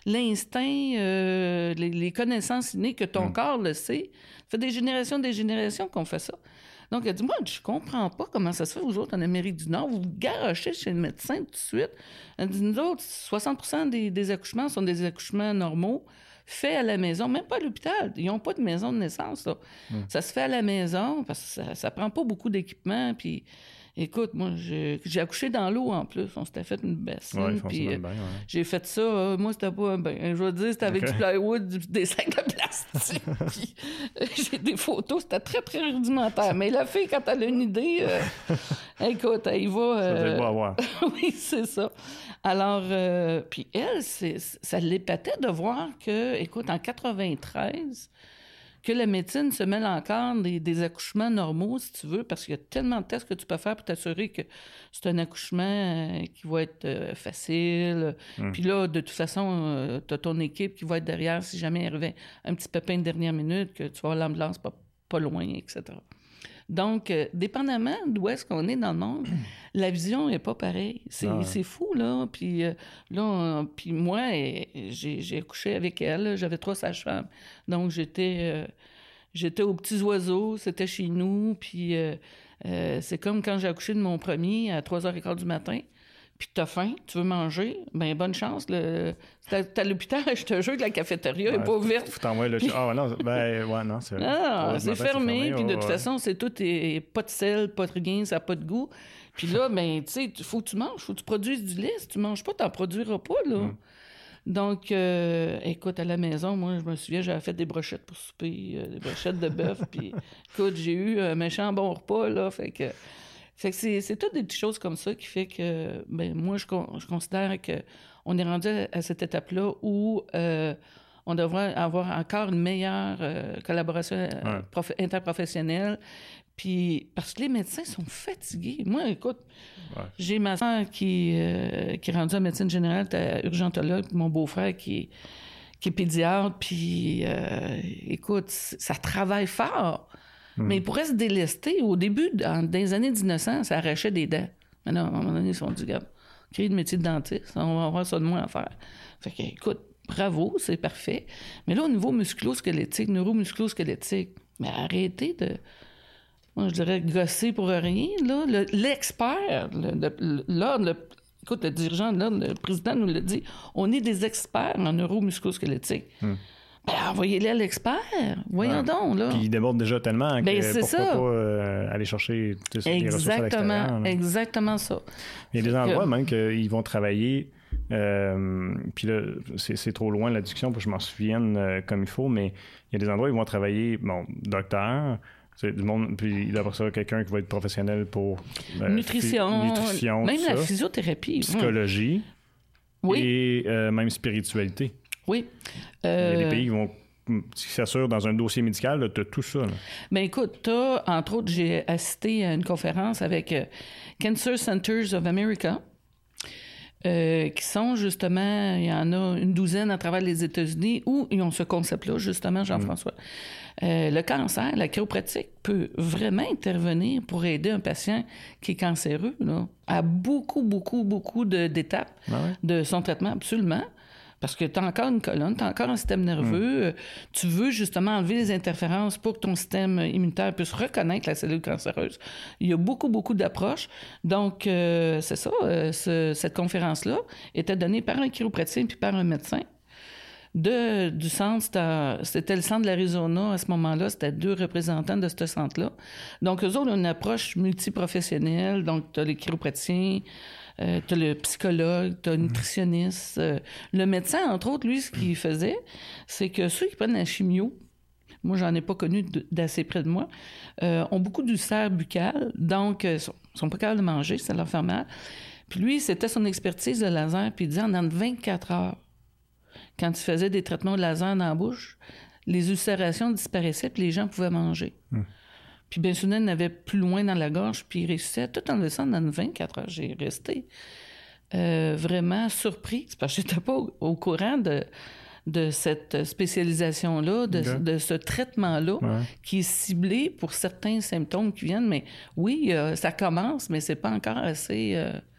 [SPEAKER 2] l'instinct, les connaissances innées que ton corps le sait. Ça fait des générations qu'on fait ça. Donc, elle dit, moi, je comprends pas comment ça se fait, vous autres, en Amérique du Nord, vous vous garochez chez le médecin tout de suite. Elle dit, nous autres, 60% des accouchements sont des accouchements normaux, faits à la maison, même pas à l'hôpital. Ils n'ont pas de maison de naissance, là. Ça se fait à la maison, parce que ça prend pas beaucoup d'équipement, puis... Écoute, moi, j'ai accouché dans l'eau en plus. On s'était fait une bassine. Puis j'ai fait ça. Moi, c'était pas un bain. Je veux dire, c'était avec du plywood, des sacs de plastique. Puis j'ai des photos. C'était très, très rudimentaire. Mais la fille, quand elle a une idée, écoute, elle y va.
[SPEAKER 1] Ça doit être beau à voir.
[SPEAKER 2] Oui, c'est ça. Alors, puis elle, ça l'épatait de voir que, écoute, en 93... que la médecine se mêle encore des accouchements normaux, si tu veux, parce qu'il y a tellement de tests que tu peux faire pour t'assurer que c'est un accouchement qui va être facile. Puis là, de toute façon, tu as ton équipe qui va être derrière si jamais il arrivait un petit pépin de dernière minute, que tu vas avoir l'ambulance pas loin, etc. Donc, dépendamment d'où est-ce qu'on est dans le monde, la vision n'est pas pareille. C'est fou, là. Puis puis moi, j'ai accouché avec elle. J'avais 3 sages-femmes. Donc, j'étais aux petits oiseaux. C'était chez nous. Puis c'est comme quand j'ai accouché de mon premier à 3h15 du matin. puis t'as faim, tu veux manger, ben bonne chance. T'as l'hôpital, je te jure que la cafétéria n'est pas ouverte.
[SPEAKER 1] Faut t'envoyer le... non, c'est...
[SPEAKER 2] Non, c'est fermé, puis de toute façon, c'est tout, pas de sel, pas de rien, ça n'a pas de goût. Puis là, ben, tu sais, faut que tu manges, faut que tu produises du lait. Si tu manges pas, t'en produiras pas, là. Donc, écoute, à la maison, moi, je me souviens, j'avais fait des brochettes pour souper, des brochettes de bœuf, puis écoute, j'ai eu un méchant bon repas, là, fait que c'est toutes des petites choses comme ça qui fait que, ben moi, je considère qu'on est rendu à cette étape-là où on devrait avoir encore une meilleure collaboration interprofessionnelle. Puis, parce que les médecins sont fatigués. Moi, écoute, j'ai ma soeur qui est rendue en médecine générale, urgentologue, puis mon beau-frère qui est pédiatre, puis écoute, ça travaille fort. Mais ils pourraient se délester. Au début, dans les années 1900, ça arrachait des dents. Maintenant, à un moment donné, ils se sont dit, regarde, créer de métier de dentiste, on va avoir ça de moins à faire. Fait que, écoute, bravo, c'est parfait. Mais là, au niveau musculo-squelettique, neuromusculo-squelettique, mais arrêtez de... Moi, je dirais gosser pour rien, là. L'expert, écoute, le dirigeant de l'ordre, le président nous l'a dit, on est des experts en neuromusculo-squelettique. Ben, envoyez-les à l'expert. Voyons donc, là.
[SPEAKER 1] Puis ils débordent déjà tellement que pourquoi pas aller chercher des ressources à l'extérieur. Là.
[SPEAKER 2] Exactement ça.
[SPEAKER 1] Il y a des endroits même qu'ils vont travailler... puis là, c'est trop loin la discussion pour que je m'en souvienne comme il faut, mais il y a des endroits où ils vont travailler, docteur... C'est du monde, puis il y a pour ça quelqu'un qui va être professionnel pour
[SPEAKER 2] nutrition, même
[SPEAKER 1] ça,
[SPEAKER 2] la physiothérapie,
[SPEAKER 1] psychologie et même spiritualité.
[SPEAKER 2] Oui.
[SPEAKER 1] Il y a des pays qui s'assurent dans un dossier médical, tu as tout ça.
[SPEAKER 2] Bien, écoute, entre autres, j'ai assisté à une conférence avec Cancer Centers of America, qui sont justement, il y en a une douzaine à travers les États-Unis où ils ont ce concept-là, justement, Jean-François. Le cancer, la chiropratique peut vraiment intervenir pour aider un patient qui est cancéreux, là, à beaucoup d'étapes de son traitement, absolument. Parce que tu as encore une colonne, tu as encore un système nerveux. Tu veux justement enlever les interférences pour que ton système immunitaire puisse reconnaître la cellule cancéreuse. Il y a beaucoup d'approches. Donc, c'est ça. Cette conférence-là était donnée par un chiropraticien puis par un médecin. Du centre, c'était le centre de l'Arizona à ce moment-là. C'était 2 représentants de ce centre-là. Donc, eux autres ont une approche multiprofessionnelle. Donc, tu as les chiropraticiens, tu as le psychologue, tu as le nutritionniste. Le médecin, entre autres, lui, ce qu'il faisait, c'est que ceux qui prennent la chimio, moi, j'en ai pas connu d'assez près de moi, ont beaucoup d'ulcères buccales, donc sont pas capables de manger, ça leur fait mal. Puis lui, c'était son expertise, le laser, puis il disait, en 24 heures, quand il faisait des traitements de laser dans la bouche, les ulcérations disparaissaient, puis les gens pouvaient manger. Puis bien souvent, il en avait plus loin dans la gorge, puis il réussissait tout en le laissant dans 24 heures. J'ai resté vraiment surprise, parce que je n'étais pas au courant de cette spécialisation-là, de ce traitement-là, qui est ciblé pour certains symptômes qui viennent. Mais oui, ça commence, mais c'est pas encore assez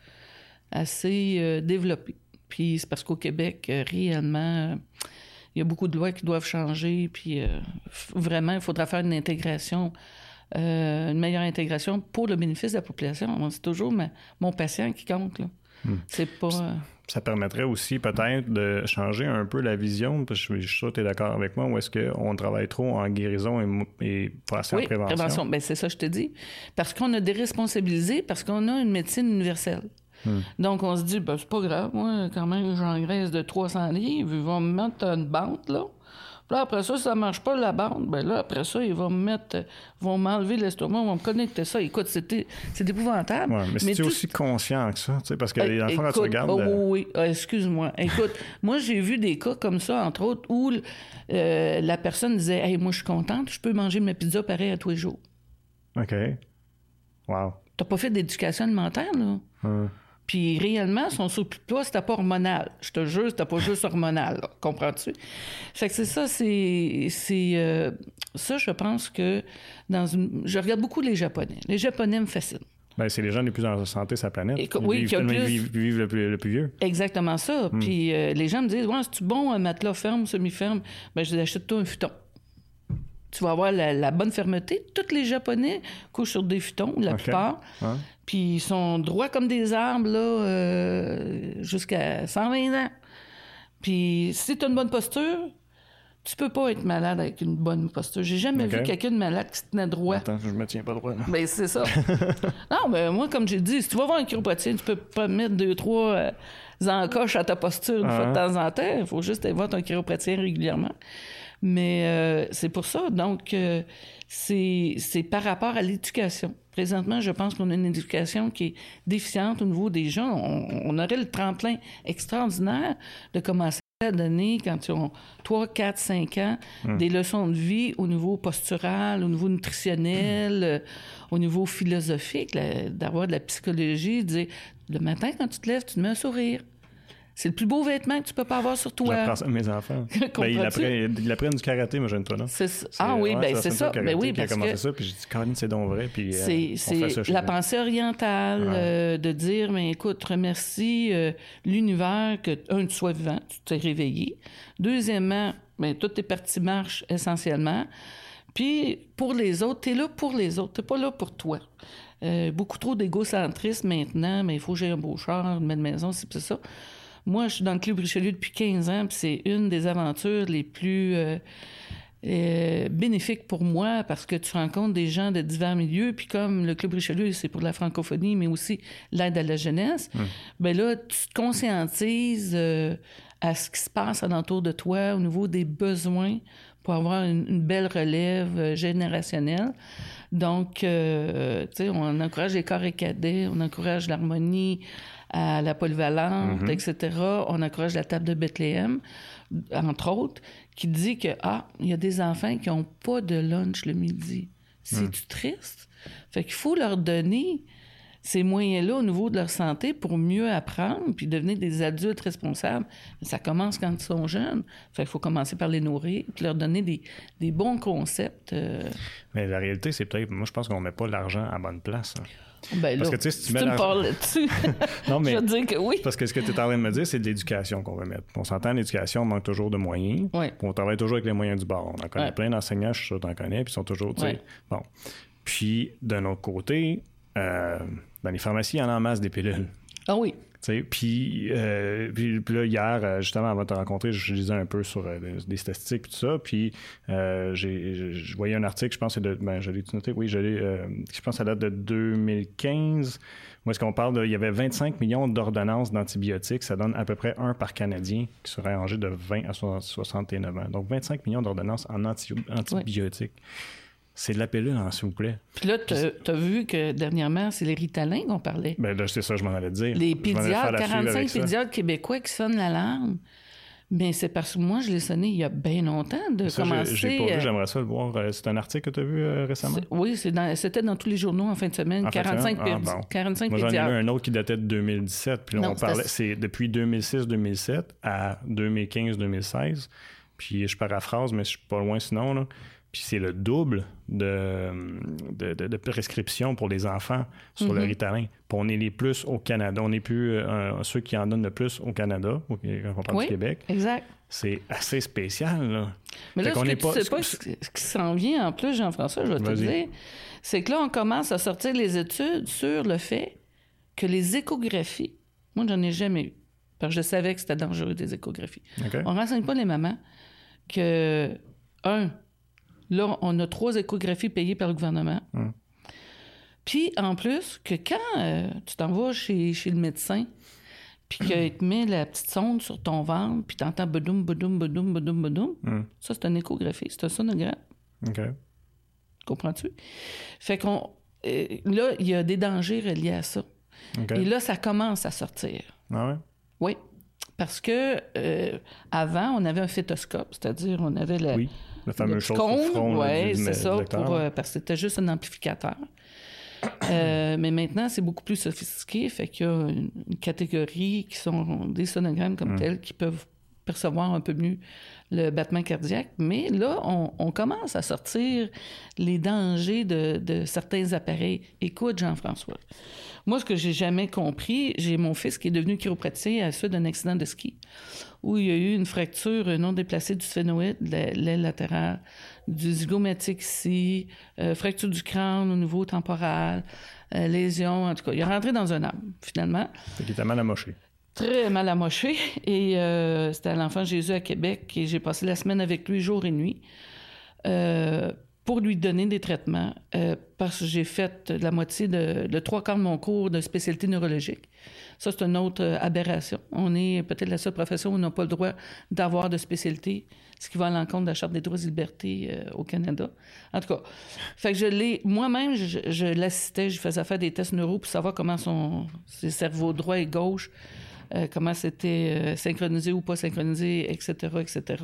[SPEAKER 2] développé. Puis c'est parce qu'au Québec, réellement, il y a beaucoup de lois qui doivent changer, puis vraiment, il faudra faire une intégration, une meilleure intégration pour le bénéfice de la population. C'est toujours mon patient qui compte, là. C'est pas...
[SPEAKER 1] Ça permettrait aussi peut-être de changer un peu la vision, parce que je suis sûr que tu es d'accord avec moi, ou est-ce qu'on travaille trop en guérison et pas assez en prévention?
[SPEAKER 2] Bien, c'est ça que je te dis. Parce qu'on a déresponsabilisé, parce qu'on a une médecine universelle. Donc, on se dit, ben, c'est pas grave, moi, quand même, j'engraisse de 300 livres, ils vont me mettre une bande, là. Puis là, après ça, si ça marche pas, la bande, ben là, après ça, ils vont m'enlever l'estomac, ils vont me connecter ça. Écoute, c'est épouvantable.
[SPEAKER 1] Ouais, mais c'est aussi conscient que ça, tu sais, parce que dans le fond, quand tu regardes...
[SPEAKER 2] Oui, excuse-moi. Écoute, moi, j'ai vu des cas comme ça, entre autres, où la personne disait, « Hey, moi, je suis contente, je peux manger ma pizza pareil à tous les jours. »
[SPEAKER 1] OK. Wow.
[SPEAKER 2] T'as pas fait d'éducation alimentaire, là? Puis réellement, son surplus, c'était pas hormonal. Je te jure, c'était pas juste hormonal, là. Comprends-tu? Fait que c'est ça, ça, je pense que je regarde beaucoup les Japonais. Les Japonais me fascinent.
[SPEAKER 1] Ben, c'est les gens les plus en santé sur la planète.
[SPEAKER 2] Oui, qui
[SPEAKER 1] vivent le plus vieux.
[SPEAKER 2] Exactement ça. Puis les gens me disent, ouais, c'est-tu bon un matelas ferme, semi-ferme? Ben, je dis, achète-toi un futon. tu vas avoir la bonne fermeté. Tous les Japonais couchent sur des futons, la plupart. Ouais. Puis ils sont droits comme des arbres, là, jusqu'à 120 ans. Puis si tu as une bonne posture, tu peux pas être malade avec une bonne posture. J'ai jamais vu quelqu'un de malade qui se tenait droit.
[SPEAKER 1] Attends, je me tiens pas droit.
[SPEAKER 2] Ben c'est ça. Non, mais moi, comme j'ai dit, si tu vas voir un chiropraticien, tu peux pas mettre 2-3 encoches à ta posture une fois de temps en temps. Il faut juste aller voir ton chiropraticien régulièrement. Mais c'est pour ça. Donc, c'est par rapport à l'éducation. Présentement, je pense qu'on a une éducation qui est déficiente au niveau des gens. On aurait le tremplin extraordinaire de commencer à donner, quand ils ont 3, 4, 5 ans, des leçons de vie au niveau postural, au niveau nutritionnel, au niveau philosophique, d'avoir de la psychologie, de dire, le matin, quand tu te lèves, tu te mets un sourire. C'est le plus beau vêtement que tu peux pas avoir sur toi.
[SPEAKER 1] J'apprends ça à mes enfants. Ils apprennent du karaté, moi, jeune-toi, là.
[SPEAKER 2] C'est ça. Ben oui, parce que...
[SPEAKER 1] ça, puis j'ai dit, Caroline, c'est donc vrai, puis
[SPEAKER 2] c'est la pensée orientale de dire, mais écoute, remercie l'univers que, tu sois vivant, tu t'es réveillé. Deuxièmement, toutes tes parties marchent essentiellement. Puis, pour les autres, t'es là pour les autres, t'es pas là pour toi. Beaucoup trop d'égocentrisme maintenant, mais il faut que j'ai un beau char, une belle maison, c'est ça. Moi, je suis dans le Club Richelieu depuis 15 ans, puis c'est une des aventures les plus bénéfiques pour moi parce que tu rencontres des gens de divers milieux, puis comme le Club Richelieu, c'est pour la francophonie, mais aussi l'aide à la jeunesse, bien là, tu te conscientises à ce qui se passe alentour de toi au niveau des besoins pour avoir une belle relève générationnelle. Donc, tu sais, on encourage les corps et cadets, on encourage l'harmonie à la polyvalente, etc. On encourage la table de Bethléem, entre autres, qui dit que, il y a des enfants qui n'ont pas de lunch le midi. C'est-tu triste? Fait qu'il faut leur donner ces moyens-là au niveau de leur santé pour mieux apprendre puis devenir des adultes responsables. Ça commence quand ils sont jeunes. Fait qu'il faut commencer par les nourrir puis leur donner des bons concepts.
[SPEAKER 1] Mais la réalité, c'est peut-être... Moi, je pense qu'on ne met pas l'argent à la bonne place.
[SPEAKER 2] Ben parce
[SPEAKER 1] que, tu sais, si tu me
[SPEAKER 2] parles là-dessus, non, mais je veux dire que oui.
[SPEAKER 1] Parce que ce que tu es en train de me dire, c'est de l'éducation qu'on veut mettre. On s'entend, l'éducation, on manque toujours de moyens.
[SPEAKER 2] Oui.
[SPEAKER 1] On travaille toujours avec les moyens du bord. On en connaît plein d'enseignants, je suis sûr que tu en connais, puis ils sont toujours... Bon. Puis, d'un autre côté... dans les pharmacies, il y en a en masse des pilules.
[SPEAKER 2] Ah oui.
[SPEAKER 1] Puis là, hier, justement, avant de te rencontrer, je lisais un peu sur des statistiques et tout ça. Puis je voyais un article, je pense que c'est je l'ai noté, oui, je pense que ça date de 2015, où est-ce qu'on parle il y avait 25 millions d'ordonnances d'antibiotiques. Ça donne à peu près 1 par Canadien qui serait âgé de 20 à 69 ans. Donc, 25 millions d'ordonnances en antibiotiques. C'est de la pilule, s'il vous plaît.
[SPEAKER 2] Puis là, t'as vu que dernièrement, c'est les Ritalin qu'on parlait.
[SPEAKER 1] Ben là, c'est ça, je m'en allais dire.
[SPEAKER 2] Les pédiatres, 45 pédiatres québécois qui sonnent l'alarme. Mais c'est parce que moi, je l'ai sonné il y a bien longtemps de commencer...
[SPEAKER 1] J'ai pas vu, j'aimerais ça le voir. C'est un article que tu as vu récemment?
[SPEAKER 2] Oui, c'était dans tous les journaux en fin de semaine. 45 pédiatres.
[SPEAKER 1] Moi, j'en ai vu un autre qui datait de 2017. Puis là, on parlait, c'est depuis 2006-2007 à 2015-2016. Puis je paraphrase, mais je suis pas loin sinon, là. Puis c'est le double de prescriptions pour les enfants sur le Ritalin. Puis on est les plus au Canada. On n'est plus ceux qui en donnent le plus au Canada, quand on parle du Québec.
[SPEAKER 2] Exact.
[SPEAKER 1] C'est assez spécial, là.
[SPEAKER 2] Mais là, sais pas ce qui s'en vient en plus, Jean-François, je vais te dire, c'est que là, on commence à sortir les études sur le fait que les échographies, moi, j'en ai jamais eu, parce que je savais que c'était dangereux, des échographies. Okay. On ne renseigne pas les mamans que, là, on a 3 échographies payées par le gouvernement. Puis, en plus, que quand tu t'en vas chez le médecin, puis qu'il te met la petite sonde sur ton ventre, puis tu entends bodoum, bodoum, bodoum, bodoum, bodoum, ça, c'est une échographie, c'est un sonogramme.
[SPEAKER 1] OK.
[SPEAKER 2] Comprends-tu? Fait qu'on... là, il y a des dangers reliés à ça. Okay. Et là, ça commence à sortir.
[SPEAKER 1] Ah ouais?
[SPEAKER 2] Oui. Parce que avant, on avait un fétoscope, c'est-à-dire on avait
[SPEAKER 1] le fameux chose pour front.
[SPEAKER 2] Oui, c'est ça, parce que c'était juste un amplificateur. Mais maintenant, c'est beaucoup plus sophistiqué, fait qu'il y a une catégorie qui sont des sonogrammes comme tels qui peuvent percevoir un peu mieux le battement cardiaque. Mais là, on commence à sortir les dangers de certains appareils. Écoute, Jean-François, moi, ce que j'ai jamais compris, j'ai mon fils qui est devenu chiropraticien à la suite d'un accident de ski où il y a eu une fracture non déplacée du sphénoïde, l'aile latérale du zygomatique ici, fracture du crâne au niveau temporal, lésion, en tout cas. Il est rentré dans un arbre, finalement.
[SPEAKER 1] Il était mal amoché.
[SPEAKER 2] Très mal amoché. Et c'était à l'Enfant Jésus à Québec. Et j'ai passé la semaine avec lui jour et nuit pour lui donner des traitements parce que j'ai fait la moitié le 3/4 de mon cours de spécialité neurologique. Ça, c'est une autre aberration. On est peut-être la seule profession où on n'a pas le droit d'avoir de spécialité, ce qui va à l'encontre de la Charte des droits et libertés au Canada. En tout cas, fait que moi-même, je l'assistais, je faisais faire des tests neuro pour savoir comment ses cerveaux droit et gauche, comment c'était synchronisé ou pas synchronisé, etc., etc.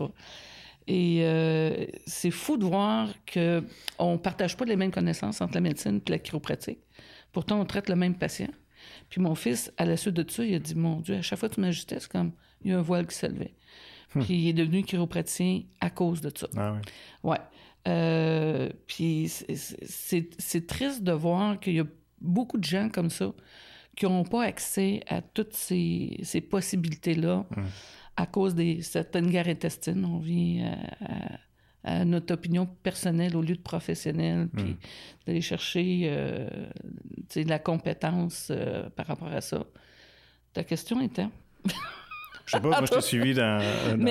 [SPEAKER 2] Et c'est fou de voir qu'on ne partage pas les mêmes connaissances entre la médecine et la chiropratique. Pourtant, on traite le même patient. Puis mon fils, à la suite de ça, il a dit « Mon Dieu, à chaque fois que tu m'ajustais, c'est comme il y a un voile qui se levait. » Puis il est devenu chiropraticien à cause de ça.
[SPEAKER 1] Ah oui?
[SPEAKER 2] Ouais. Puis c'est triste de voir qu'il y a beaucoup de gens comme ça qui n'ont pas accès à toutes ces possibilités-là à cause de certaines guerres intestines. On vient à notre opinion personnelle au lieu de professionnelle, puis d'aller chercher de la compétence par rapport à ça. Ta question était?
[SPEAKER 1] Je sais pas, moi je t'ai suivi dans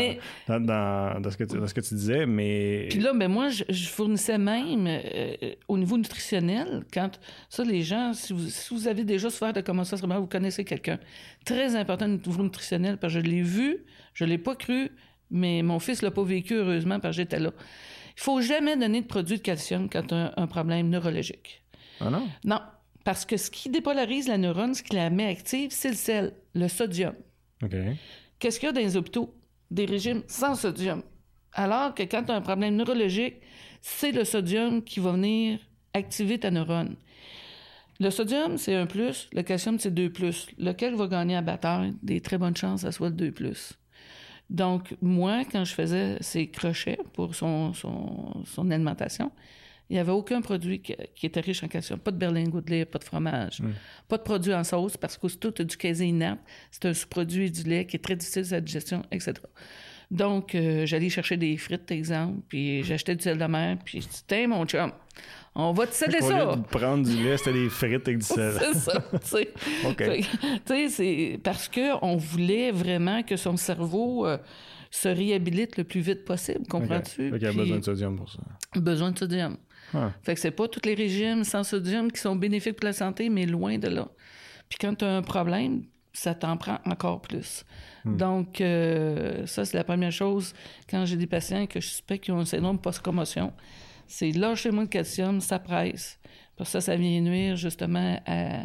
[SPEAKER 1] ce que tu disais, mais...
[SPEAKER 2] Puis là, moi, je fournissais même au niveau nutritionnel, quand ça, les gens, si vous avez déjà souffert de commensation cérébrale, vous connaissez quelqu'un. Très important au niveau nutritionnel, parce que je l'ai vu, je l'ai pas cru, mais mon fils l'a pas vécu, heureusement, parce que j'étais là. Il faut jamais donner de produit de calcium quand tu as un problème neurologique.
[SPEAKER 1] Ah non?
[SPEAKER 2] Non, parce que ce qui dépolarise la neurone, ce qui la met active, c'est le sel, le sodium.
[SPEAKER 1] OK.
[SPEAKER 2] Qu'est-ce qu'il y a dans les hôpitaux? Des régimes sans sodium. Alors que quand tu as un problème neurologique, c'est le sodium qui va venir activer ta neurone. Le sodium, c'est 1+, le calcium, c'est 2+. Lequel va gagner à bataille? Des très bonnes chances, ça soit le 2+. Donc, moi, quand je faisais ces crochets pour son alimentation, il n'y avait aucun produit qui était riche en calcium. Pas de berlingot de lait, pas de fromage. Pas de produit en sauce, parce qu'aussitôt, tu as du caséin inerte. C'est un sous-produit du lait qui est très difficile à la digestion, etc. Donc, j'allais chercher des frites, exemple, puis j'achetais du sel de mer, puis je dis « Tiens, mon chum, on va te céder ça! »
[SPEAKER 1] Au lieu de prendre du lait, c'était des frites avec du sel.
[SPEAKER 2] C'est ça, tu sais.
[SPEAKER 1] OK.
[SPEAKER 2] Tu sais, c'est parce qu'on voulait vraiment que son cerveau se réhabilite le plus vite possible, comprends-tu?
[SPEAKER 1] Okay. Fait qu'il y a besoin de sodium pour ça.
[SPEAKER 2] Besoin de sodium. Fait que c'est pas tous les régimes sans sodium qui sont bénéfiques pour la santé, mais loin de là. Puis quand tu as un problème, ça t'en prend encore plus. Donc, ça, c'est la première chose quand j'ai des patients que je suspecte qu'ils ont un syndrome post-commotion. C'est lâchez-moi le calcium, ça presse. Parce que ça vient nuire justement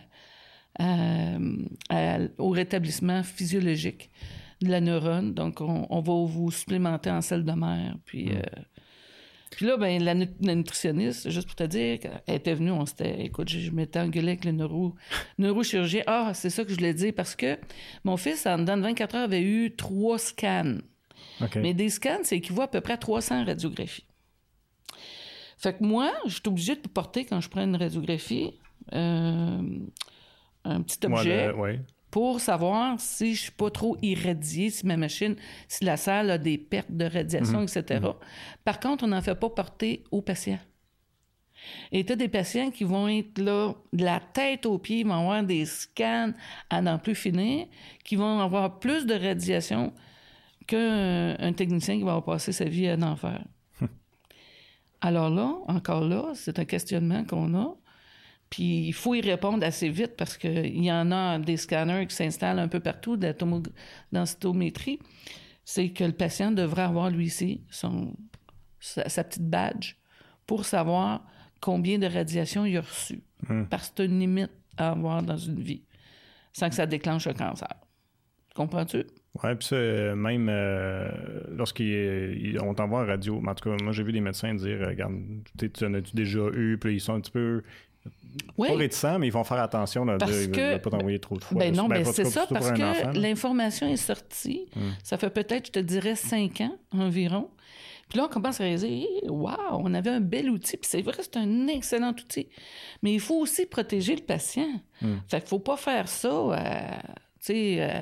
[SPEAKER 2] au rétablissement physiologique de la neurone. Donc, on va vous supplémenter en sel de mer. Puis là, la nutritionniste, juste pour te dire, elle était venue, écoute, je m'étais engueulée avec le neurochirurgien. Ah, c'est ça que je voulais dire, parce que mon fils, dans 24 heures, avait eu 3 scans.
[SPEAKER 1] Okay.
[SPEAKER 2] Mais des scans, c'est équivaut à peu près à 300 radiographies. Fait que moi, je suis obligée de porter, quand je prends une radiographie, un petit objet pour savoir si je suis pas trop irradiée, si ma machine, si la salle a des pertes de radiation, etc. Par contre, on n'en fait pas porter aux patients. Et tu as des patients qui vont être là, de la tête aux pieds, ils vont avoir des scans à n'en plus finir, qui vont avoir plus de radiation qu'un technicien qui va passer sa vie à en faire. Alors là, encore là, c'est un questionnement qu'on a. Puis il faut y répondre assez vite parce qu'il y en a des scanners qui s'installent un peu partout de la densitométrie. C'est que le patient devrait avoir, lui ici, sa petite badge pour savoir combien de radiation il a reçu. Parce que c'est une limite à avoir dans une vie sans que ça déclenche un cancer. Comprends-tu?
[SPEAKER 1] Oui, puis ça, même lorsqu'on t'envoie en radio, en tout cas, moi j'ai vu des médecins dire regarde, tu en as-tu déjà eu, puis ils sont un petit peu pas réticents, mais ils vont faire attention là, ils ne veulent pas t'envoyer trop de fois.
[SPEAKER 2] Ben non, c'est ça, parce que l'information est sortie. Ça fait peut-être, je te dirais, 5 ans environ. Puis là, on commence à réaliser, waouh, on avait un bel outil. Puis c'est vrai, c'est un excellent outil. Mais il faut aussi protéger le patient. Fait qu'il ne faut pas faire ça,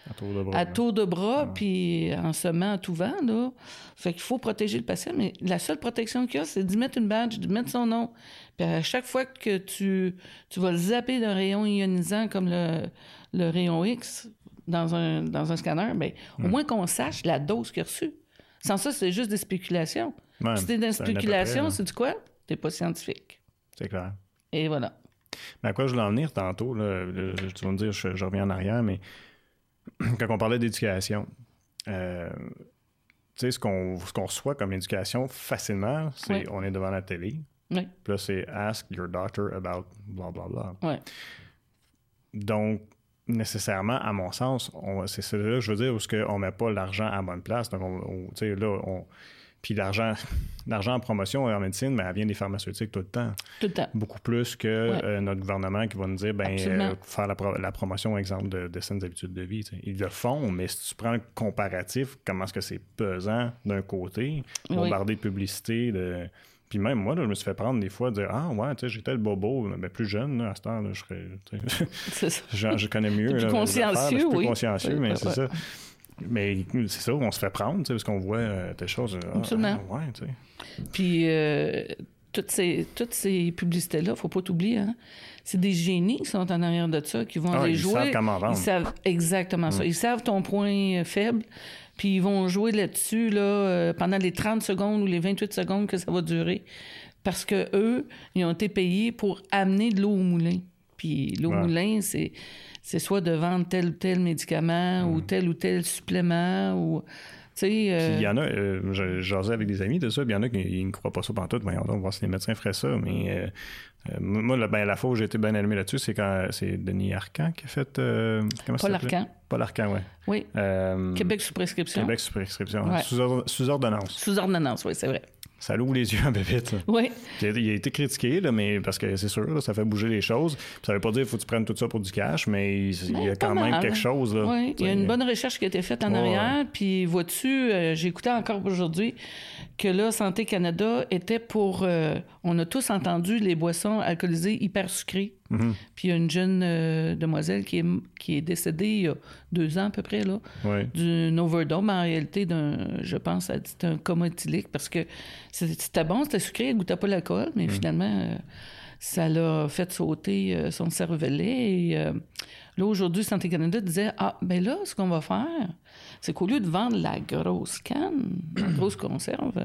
[SPEAKER 1] À tour de bras.
[SPEAKER 2] Puis en semant à tout vent, là. Fait qu'il faut protéger le patient, mais la seule protection qu'il y a, c'est d'y mettre une badge, de mettre son nom. Puis à chaque fois que tu vas le zapper d'un rayon ionisant comme le rayon X dans un scanner, bien, au moins qu'on sache la dose qu'il a reçue. Sans ça, c'est juste des spéculations. Ouais, si t'es dans la spéculation, c'est du quoi? T'es pas scientifique.
[SPEAKER 1] C'est clair.
[SPEAKER 2] Et voilà.
[SPEAKER 1] Mais à quoi je voulais en venir tantôt, là, tu vas me dire, je reviens en arrière, mais quand on parlait d'éducation, tu sais, ce qu'on reçoit comme éducation facilement, c'est on est devant la télé.
[SPEAKER 2] Oui.
[SPEAKER 1] Puis là, c'est « ask your doctor about blah, blah, blah ».
[SPEAKER 2] Oui.
[SPEAKER 1] Donc, nécessairement, à mon sens, c'est là que je veux dire, où on ne met pas l'argent à la bonne place. Donc, tu sais, là, puis l'argent en promotion et en médecine, ben, elle vient des pharmaceutiques tout le temps.
[SPEAKER 2] Tout le temps.
[SPEAKER 1] Beaucoup plus que notre gouvernement qui va nous dire, faire la promotion, exemple, de saines habitudes de vie. T'sais. Ils le font, mais si tu prends le comparatif, comment est-ce que c'est pesant d'un côté, bombardé de publicité, Puis même moi, là, je me suis fait prendre des fois, dire « Ah, ouais, tu sais, j'étais le bobo, mais plus jeune, là, à ce temps-là, je serais... je connais mieux.
[SPEAKER 2] Plus consciencieux,
[SPEAKER 1] je suis plus consciencieux, mais c'est ça. Mais c'est ça, on se fait prendre, tu sais, parce qu'on voit telle chose.
[SPEAKER 2] Absolument.
[SPEAKER 1] Ouais, tu sais.
[SPEAKER 2] Puis toutes ces publicités-là, faut pas t'oublier, hein? C'est des génies qui sont en arrière de ça, qui vont les jouer.
[SPEAKER 1] Ils savent comment vendre.
[SPEAKER 2] Ils savent exactement ça. Ils savent ton point faible, puis ils vont jouer là-dessus là, pendant les 30 secondes ou les 28 secondes que ça va durer. Parce que eux, ils ont été payés pour amener de l'eau au moulin. Puis l'eau au moulin, c'est soit de vendre tel ou tel médicament ou tel supplément ou...
[SPEAKER 1] Puis il y en a, j'osais avec des amis de ça, puis il y en a qui ne croient pas ça pantoute. Voyons donc, voir si les médecins feraient ça. Mais moi, la fois où j'ai été bien allumé là-dessus, c'est quand c'est Denis Arcand qui a fait... comment ça s'appelait? Paul Arcand, oui.
[SPEAKER 2] Oui. Québec sous prescription.
[SPEAKER 1] Québec sous prescription. Ouais. Sous ordonnance.
[SPEAKER 2] Sous ordonnance, oui, c'est vrai.
[SPEAKER 1] Ça l'ouvre les yeux un peu vite.
[SPEAKER 2] Oui.
[SPEAKER 1] Il a été critiqué, là, mais parce que c'est sûr, là, ça fait bouger les choses. Puis ça veut pas dire qu'il faut que tu prennes tout ça pour du cash, mais il y a quand même quelque chose.
[SPEAKER 2] Oui, il y a une bonne recherche qui a été faite en arrière. Puis vois-tu, j'ai écouté encore aujourd'hui que là, Santé Canada était pour... on a tous entendu les boissons alcoolisées hyper sucrées. Mm-hmm. Puis il y a une jeune demoiselle qui est décédée il y a 2 ans à peu près, là, d'une overdose, mais en réalité, je pense, c'était un coma éthylique parce que c'était bon, c'était sucré, elle ne goûtait pas l'alcool, mais finalement, ça l'a fait sauter son cervelet. Et là, aujourd'hui, Santé Canada disait, ben là, ce qu'on va faire, c'est qu'au lieu de vendre la grosse canne, la grosse conserve,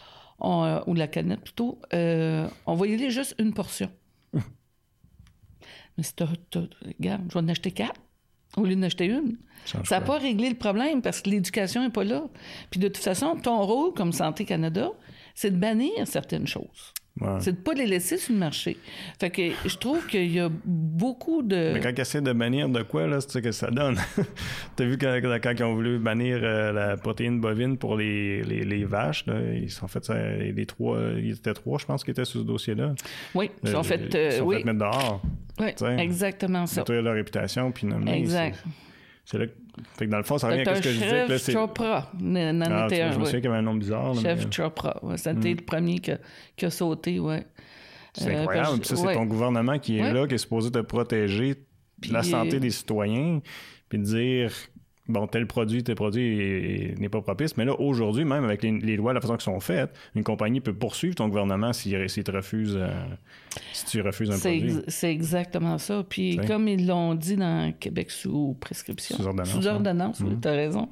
[SPEAKER 2] ou la canette plutôt, on va y aller juste une portion. Mais si regarde, je vais en acheter 4 au lieu d'en acheter une. Ça n'a pas réglé le problème parce que l'éducation n'est pas là. Puis de toute façon, ton rôle comme Santé Canada, c'est de bannir certaines choses. Ouais. C'est de ne pas les laisser sur le marché. Fait que je trouve qu'il y a beaucoup de...
[SPEAKER 1] Mais quand ils essaient de bannir de quoi, là, c'est ça que ça donne. T'as vu quand ils ont voulu bannir la protéine bovine pour les vaches, là, ils sont fait ça, les 3, il était 3, je pense, qui étaient sur ce dossier-là.
[SPEAKER 2] Oui, ils sont fait
[SPEAKER 1] mettre dehors.
[SPEAKER 2] Oui, exactement ça.
[SPEAKER 1] Nettoyer leur réputation, puis nommer.
[SPEAKER 2] Exact.
[SPEAKER 1] C'est là fait que dans le fond, ça revient à ce que je disais.
[SPEAKER 2] Chef Chopra, je me
[SPEAKER 1] souviens qu'il y avait un nom bizarre. Là,
[SPEAKER 2] Chef Chopra, c'était le premier qui a sauté,
[SPEAKER 1] C'est incroyable. Puis ça, c'est ton gouvernement qui est là, qui est supposé te protéger la santé des citoyens, puis dire... Bon, tel produit n'est pas propice. Mais là, aujourd'hui, même avec les lois, la façon qu'elles sont faites, une compagnie peut poursuivre ton gouvernement si tu refuses un produit.
[SPEAKER 2] C'est exactement ça. Puis comme ils l'ont dit dans Québec sous prescription. Sous ordonnance, oui, tu as raison.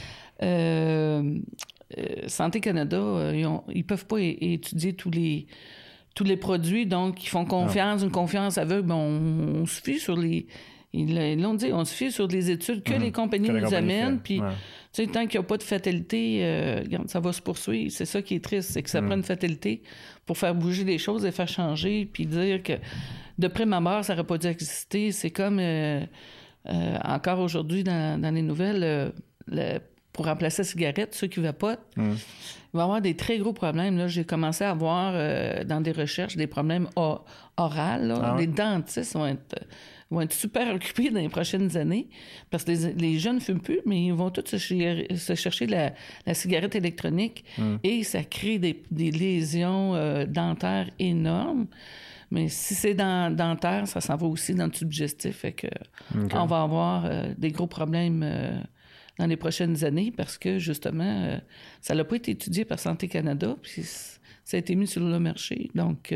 [SPEAKER 2] Santé Canada, ils peuvent pas étudier tous les produits, donc ils font confiance, une confiance aveugle. On se fie sur les... Ils l'ont dit, on se fie sur des études que les compagnies nous amènent, puis tu sais, tant qu'il n'y a pas de fatalité, ça va se poursuivre. C'est ça qui est triste, c'est que ça prend une fatalité pour faire bouger les choses et faire changer, puis dire que de prime abord, ça n'aurait pas dû exister. C'est comme, encore aujourd'hui, dans les nouvelles, pour remplacer la cigarette, ceux qui vapotent, il va y avoir des très gros problèmes. Là, j'ai commencé à voir dans des recherches des problèmes oraux. Les dentistes vont être super occupés dans les prochaines années parce que les jeunes ne fument plus, mais ils vont tous se chercher la cigarette électronique et ça crée des lésions dentaires énormes. Mais si c'est dentaire, ça s'en va aussi dans le tube digestif. Fait que on va avoir des gros problèmes dans les prochaines années parce que, justement, ça n'a pas été étudié par Santé Canada, puis ça a été mis sur le marché. Donc,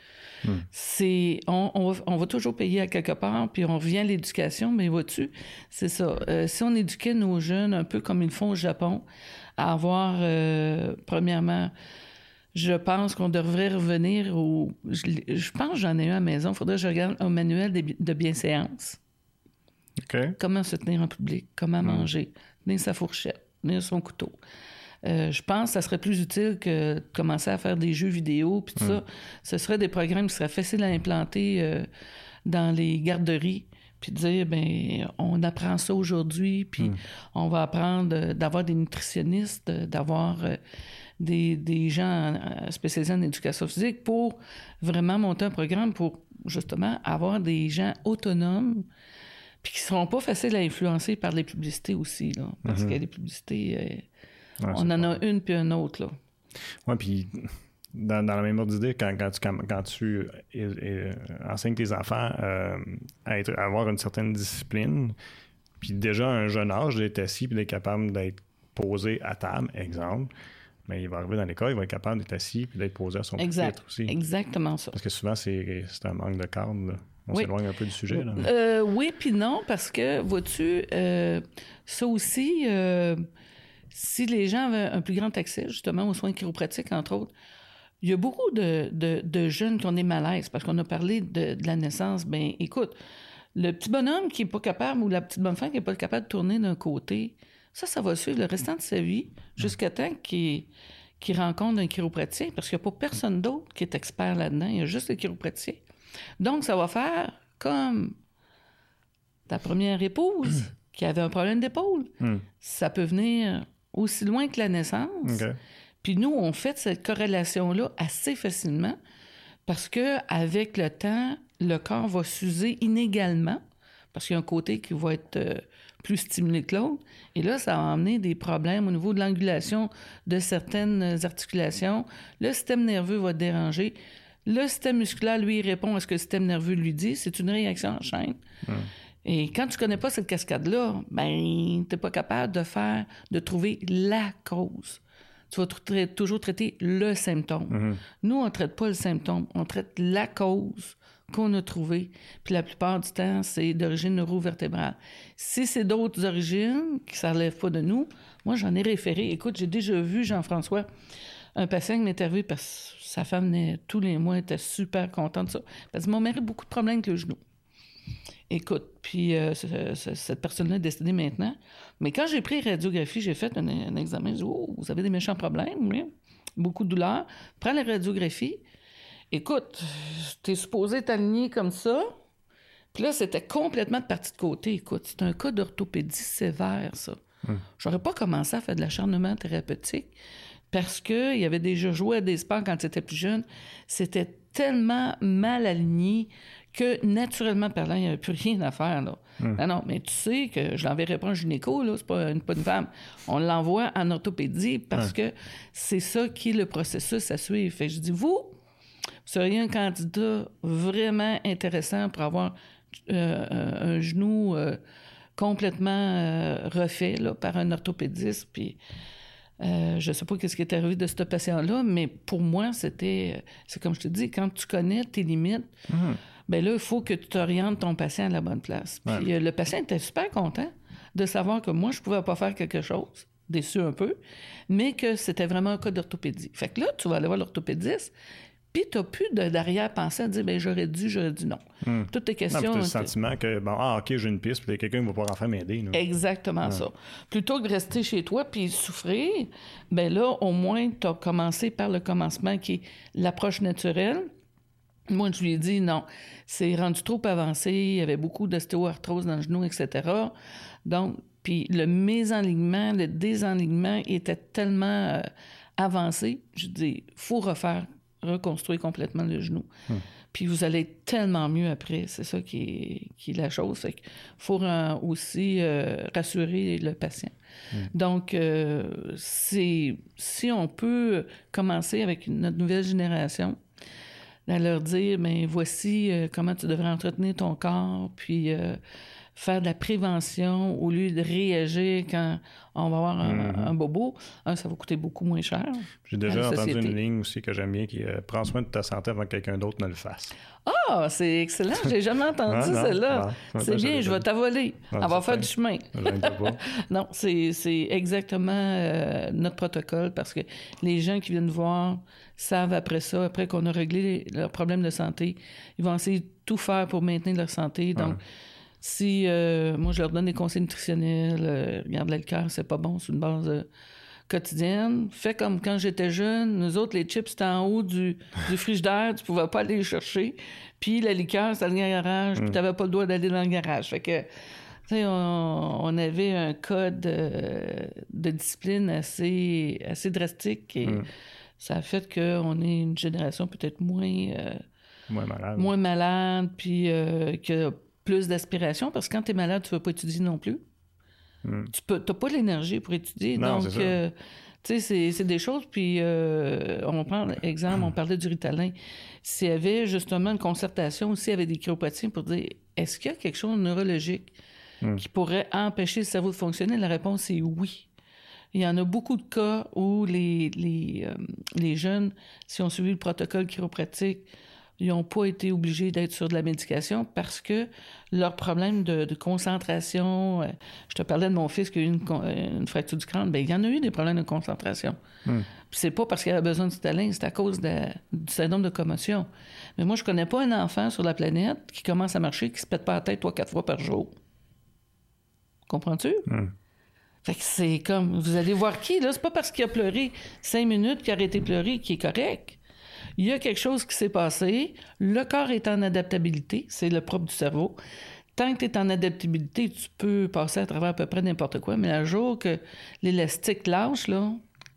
[SPEAKER 2] on va toujours payer à quelque part, puis on revient à l'éducation, mais vois-tu, c'est ça. Si on éduquait nos jeunes un peu comme ils le font au Japon, à avoir, premièrement, je pense qu'on devrait revenir au... Je pense que j'en ai un à la maison. Il faudrait que je regarde un manuel de bienséance.
[SPEAKER 1] Okay.
[SPEAKER 2] Comment se tenir en public, comment manger, tenir sa fourchette, tenir son couteau. Je pense que ça serait plus utile que de commencer à faire des jeux vidéo puis tout ça. Ce serait des programmes qui seraient faciles à implanter dans les garderies puis de dire, bien, on apprend ça aujourd'hui puis on va apprendre d'avoir des nutritionnistes, d'avoir des gens spécialisés en éducation physique pour vraiment monter un programme pour, justement, avoir des gens autonomes puis qui ne seront pas faciles à influencer par les publicités aussi, là, parce qu'il y a des publicités... on en a une puis une autre, là.
[SPEAKER 1] Oui, puis dans la même ordre d'idée, quand tu enseignes tes enfants à avoir une certaine discipline, puis déjà à un jeune âge d'être assis puis d'être capable d'être posé à table, exemple, mais il va arriver dans l'école, il va être capable d'être assis puis d'être posé à son pupitre aussi.
[SPEAKER 2] Exactement ça.
[SPEAKER 1] Parce que souvent, c'est un manque de cadre, là. On s'éloigne un peu du sujet, là.
[SPEAKER 2] Oui, puis non, parce que, vois-tu, ça aussi, si les gens avaient un plus grand accès, justement, aux soins chiropratiques, entre autres, il y a beaucoup de jeunes qui ont des malaises, parce qu'on a parlé de la naissance. Bien, écoute, le petit bonhomme qui n'est pas capable, ou la petite bonne femme qui n'est pas capable de tourner d'un côté, ça va suivre le restant de sa vie, jusqu'à temps qu'il rencontre un chiropraticien, parce qu'il n'y a pas personne d'autre qui est expert là-dedans, il y a juste le chiropraticien. Donc, ça va faire comme ta première épouse qui avait un problème d'épaule. Ça peut venir aussi loin que la naissance. Okay. Puis nous, on fait cette corrélation-là assez facilement parce qu'avec le temps, le corps va s'user inégalement parce qu'il y a un côté qui va être plus stimulé que l'autre. Et là, ça va amener des problèmes au niveau de l'angulation de certaines articulations. Le système nerveux va déranger. Le système musculaire, lui, répond à ce que le système nerveux lui dit. C'est une réaction en chaîne. Et quand tu connais pas cette cascade-là, ben, t'es pas capable de trouver la cause. Tu vas toujours traiter le symptôme. Nous, on traite pas le symptôme. On traite la cause qu'on a trouvée. Puis la plupart du temps, c'est d'origine neurovertébrale. Si c'est d'autres origines qui ne relèvent pas de nous, moi, j'en ai référé. Écoute, j'ai déjà vu, Jean-François, un patient qui m'est arrivé parce que sa femme venait tous les mois, était super contente de ça. Parce que mon mari a beaucoup de problèmes avec le genou. Écoute, puis cette personne-là est décédée maintenant. Mais quand j'ai pris radiographie, j'ai fait un examen. J'ai dit, oh, vous avez des méchants problèmes, oui. Beaucoup de douleur. Prends la radiographie. Écoute, t'es supposé t'aligner comme ça. Puis là, c'était complètement de partie de côté. Écoute, c'est un cas d'orthopédie sévère, ça. J'aurais pas commencé à faire de l'acharnement thérapeutique parce qu'il avait déjà joué à des sports quand il était plus jeune. C'était tellement mal aligné que, naturellement parlant, il n'y avait plus rien à faire, là. Non, mais tu sais que je l'enverrai pas un gynéco, là, c'est pas une femme. On l'envoie en orthopédie parce que c'est ça qui est le processus à suivre. Fait que je dis, vous seriez un candidat vraiment intéressant pour avoir un genou complètement refait là, par un orthopédiste, puis... je ne sais pas ce qui est arrivé de ce patient-là, mais pour moi, c'est comme je te dis, quand tu connais tes limites, ben là, il faut que tu t'orientes ton patient à la bonne place. Puis le patient était super content de savoir que moi, je ne pouvais pas faire quelque chose, déçu un peu, mais que c'était vraiment un cas d'orthopédie. Fait que là, tu vas aller voir l'orthopédiste, puis tu n'as plus d'arrière-pensée à dire, bien, j'aurais dû non. Toutes tes questions...
[SPEAKER 1] Non, tu as le sentiment que, OK, j'ai une piste, puis quelqu'un va pouvoir enfin m'aider. Là.
[SPEAKER 2] Exactement ça. Plutôt que de rester chez toi puis souffrir, bien là, au moins, tu as commencé par le commencement qui est l'approche naturelle. Moi, je lui ai dit, non, c'est rendu trop avancé, il y avait beaucoup d'ostéoarthrose dans le genou, etc. Donc, puis le mésenlignement, le désenlignement était tellement avancé, je dis, il faut reconstruire complètement le genou. Puis vous allez être tellement mieux après. C'est ça qui est la chose. Fait qu'il faut aussi rassurer le patient. Donc, si on peut commencer avec notre nouvelle génération, à leur dire, bien, voici comment tu devrais entretenir ton corps, puis faire de la prévention au lieu de réagir quand on va avoir un bobo. Ça va coûter beaucoup moins cher.
[SPEAKER 1] J'ai déjà entendu une ligne aussi que j'aime bien qui est « Prends soin de ta santé avant que quelqu'un d'autre ne le fasse ».
[SPEAKER 2] Ah, c'est excellent. J'ai jamais entendu celle-là. C'est bien, je vais t'avoler. On va faire du chemin. Non, c'est exactement notre protocole parce que les gens qui viennent voir savent après ça, après qu'on a réglé leurs problèmes de santé, ils vont essayer de tout faire pour maintenir leur santé. Donc, si moi, je leur donne des conseils nutritionnels, regarde, le cœur, c'est pas bon, c'est une base quotidienne. Fais comme quand j'étais jeune, nous autres, les chips, c'était en haut du frigidaire, tu pouvais pas aller les chercher. Puis la liqueur, c'était dans le garage, puis t'avais pas le droit d'aller dans le garage. Fait que, tu sais, on avait un code de discipline assez drastique et ça a fait qu'on est une génération peut-être moins malade, puis que plus d'aspiration, parce que quand tu es malade, tu ne veux pas étudier non plus. Tu n'as pas l'énergie pour étudier. Non, donc, tu sais, c'est des choses. Puis, on prend l'exemple, on parlait du Ritalin. S'il y avait justement une concertation aussi avec des chiropraticiens pour dire, est-ce qu'il y a quelque chose de neurologique qui pourrait empêcher le cerveau de fonctionner? La réponse est oui. Il y en a beaucoup de cas où les jeunes, si on suivi le protocole chiropratique, ils n'ont pas été obligés d'être sur de la médication parce que leur problème de concentration... je te parlais de mon fils qui a eu une fracture du crâne. Bien, il y en a eu des problèmes de concentration. Puis c'est pas parce qu'il avait besoin de Ritalin, c'est à cause du syndrome de commotion. Mais moi, je connais pas un enfant sur la planète qui commence à marcher qui se pète pas la tête 3-4 fois par jour. Comprends-tu? Fait que c'est comme... Vous allez voir qui, là? C'est pas parce qu'il a pleuré 5 minutes qu'il a arrêté de pleurer qu'il est correct. Il y a quelque chose qui s'est passé. Le corps est en adaptabilité. C'est le propre du cerveau. Tant que tu es en adaptabilité, tu peux passer à travers à peu près n'importe quoi. Mais le jour que l'élastique lâche, là,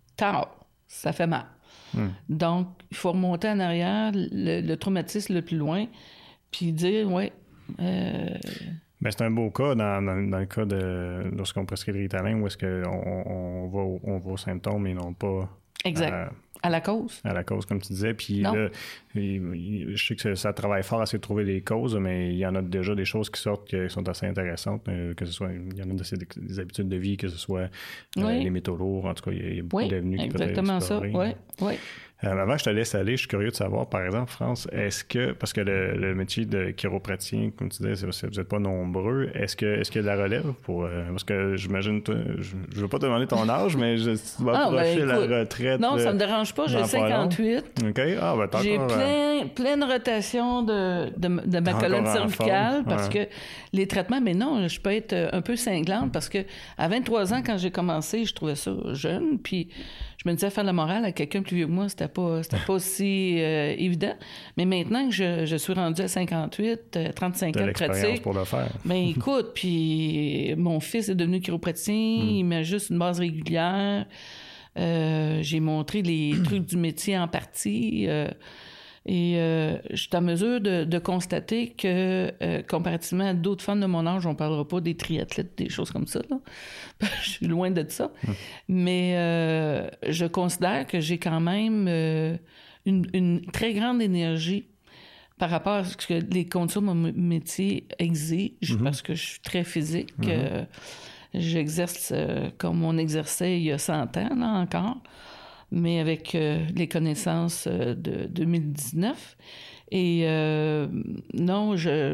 [SPEAKER 2] ça fait mal. Donc, il faut remonter en arrière, le traumatisme le plus loin, puis dire,
[SPEAKER 1] Ben, c'est un beau cas dans le cas de lorsqu'on prescrit le Ritalin, où est-ce qu'on va aux symptômes et non pas...
[SPEAKER 2] Exact. À la cause.
[SPEAKER 1] À la cause, comme tu disais. Puis là, je sais que ça travaille fort à essayer de trouver des causes, mais il y en a déjà des choses qui sortent qui sont assez intéressantes. Que ce soit, il y en a des habitudes de vie, que ce soit les métaux lourds. En tout cas, il y a beaucoup d'avenues qui peuvent être explorées.
[SPEAKER 2] Exactement ça, oui.
[SPEAKER 1] Avant que je te laisse aller, je suis curieux de savoir, par exemple, France, est-ce que, parce que le métier de chiropraticien, comme tu disais, vous n'êtes pas nombreux, est-ce qu'il y a de la relève pour... parce que j'imagine, toi, je ne veux pas te demander ton âge, mais tu vas approcher la retraite.
[SPEAKER 2] Non, ça ne me dérange pas, j'ai 58.
[SPEAKER 1] OK.
[SPEAKER 2] J'ai pleine rotation de ma colonne cervicale parce que les traitements, mais non, je peux être un peu cinglante parce que à 23 ans, quand j'ai commencé, je trouvais ça jeune, puis je me disais faire de la morale à quelqu'un plus vieux que moi, c'était pas aussi évident. Mais maintenant que je suis rendue à 58, 35 ans de pratique...
[SPEAKER 1] pour le faire.
[SPEAKER 2] Ben écoute, puis mon fils est devenu chiropraticien, il met juste une base régulière. J'ai montré les trucs du métier en partie. Et je suis en mesure de constater que, comparativement à d'autres femmes de mon âge, on ne parlera pas des triathlètes, des choses comme ça, là. Je suis loin de ça. Mais je considère que j'ai quand même une très grande énergie par rapport à ce que les conditions de mon métier exigent, parce que je suis très physique. J'exerce comme on exerçait il y a 100 ans, là, encore, mais avec les connaissances de 2019. Et non, je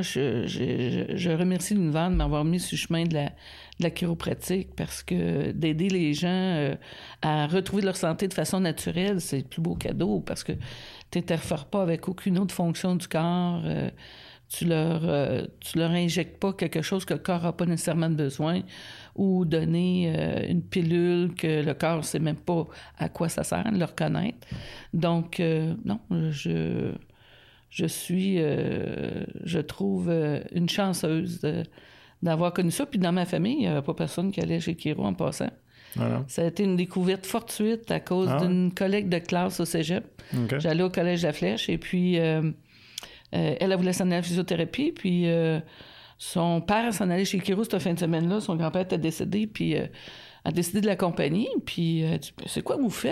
[SPEAKER 2] remercie l'univers de m'avoir mis sur le chemin de la chiropratique parce que d'aider les gens à retrouver leur santé de façon naturelle, c'est le plus beau cadeau parce que tu n'interfères pas avec aucune autre fonction du corps. Tu leur injectes pas quelque chose que le corps n'a pas nécessairement besoin ou donner une pilule que le corps ne sait même pas à quoi ça sert, de le reconnaître. Donc, non, je suis, je trouve, une chanceuse d'avoir connu ça. Puis dans ma famille, il n'y avait pas personne qui allait chez Chiro en passant.
[SPEAKER 1] Alors.
[SPEAKER 2] Ça a été une découverte fortuite à cause d'une collègue de classe au cégep. Okay. J'allais au collège La Flèche et puis... elle voulait s'en aller à la physiothérapie, puis son père s'en allait chez Chiro cette fin de semaine-là. Son grand-père était décédé, puis a décidé de l'accompagner. Puis elle dit « C'est quoi vous faites? »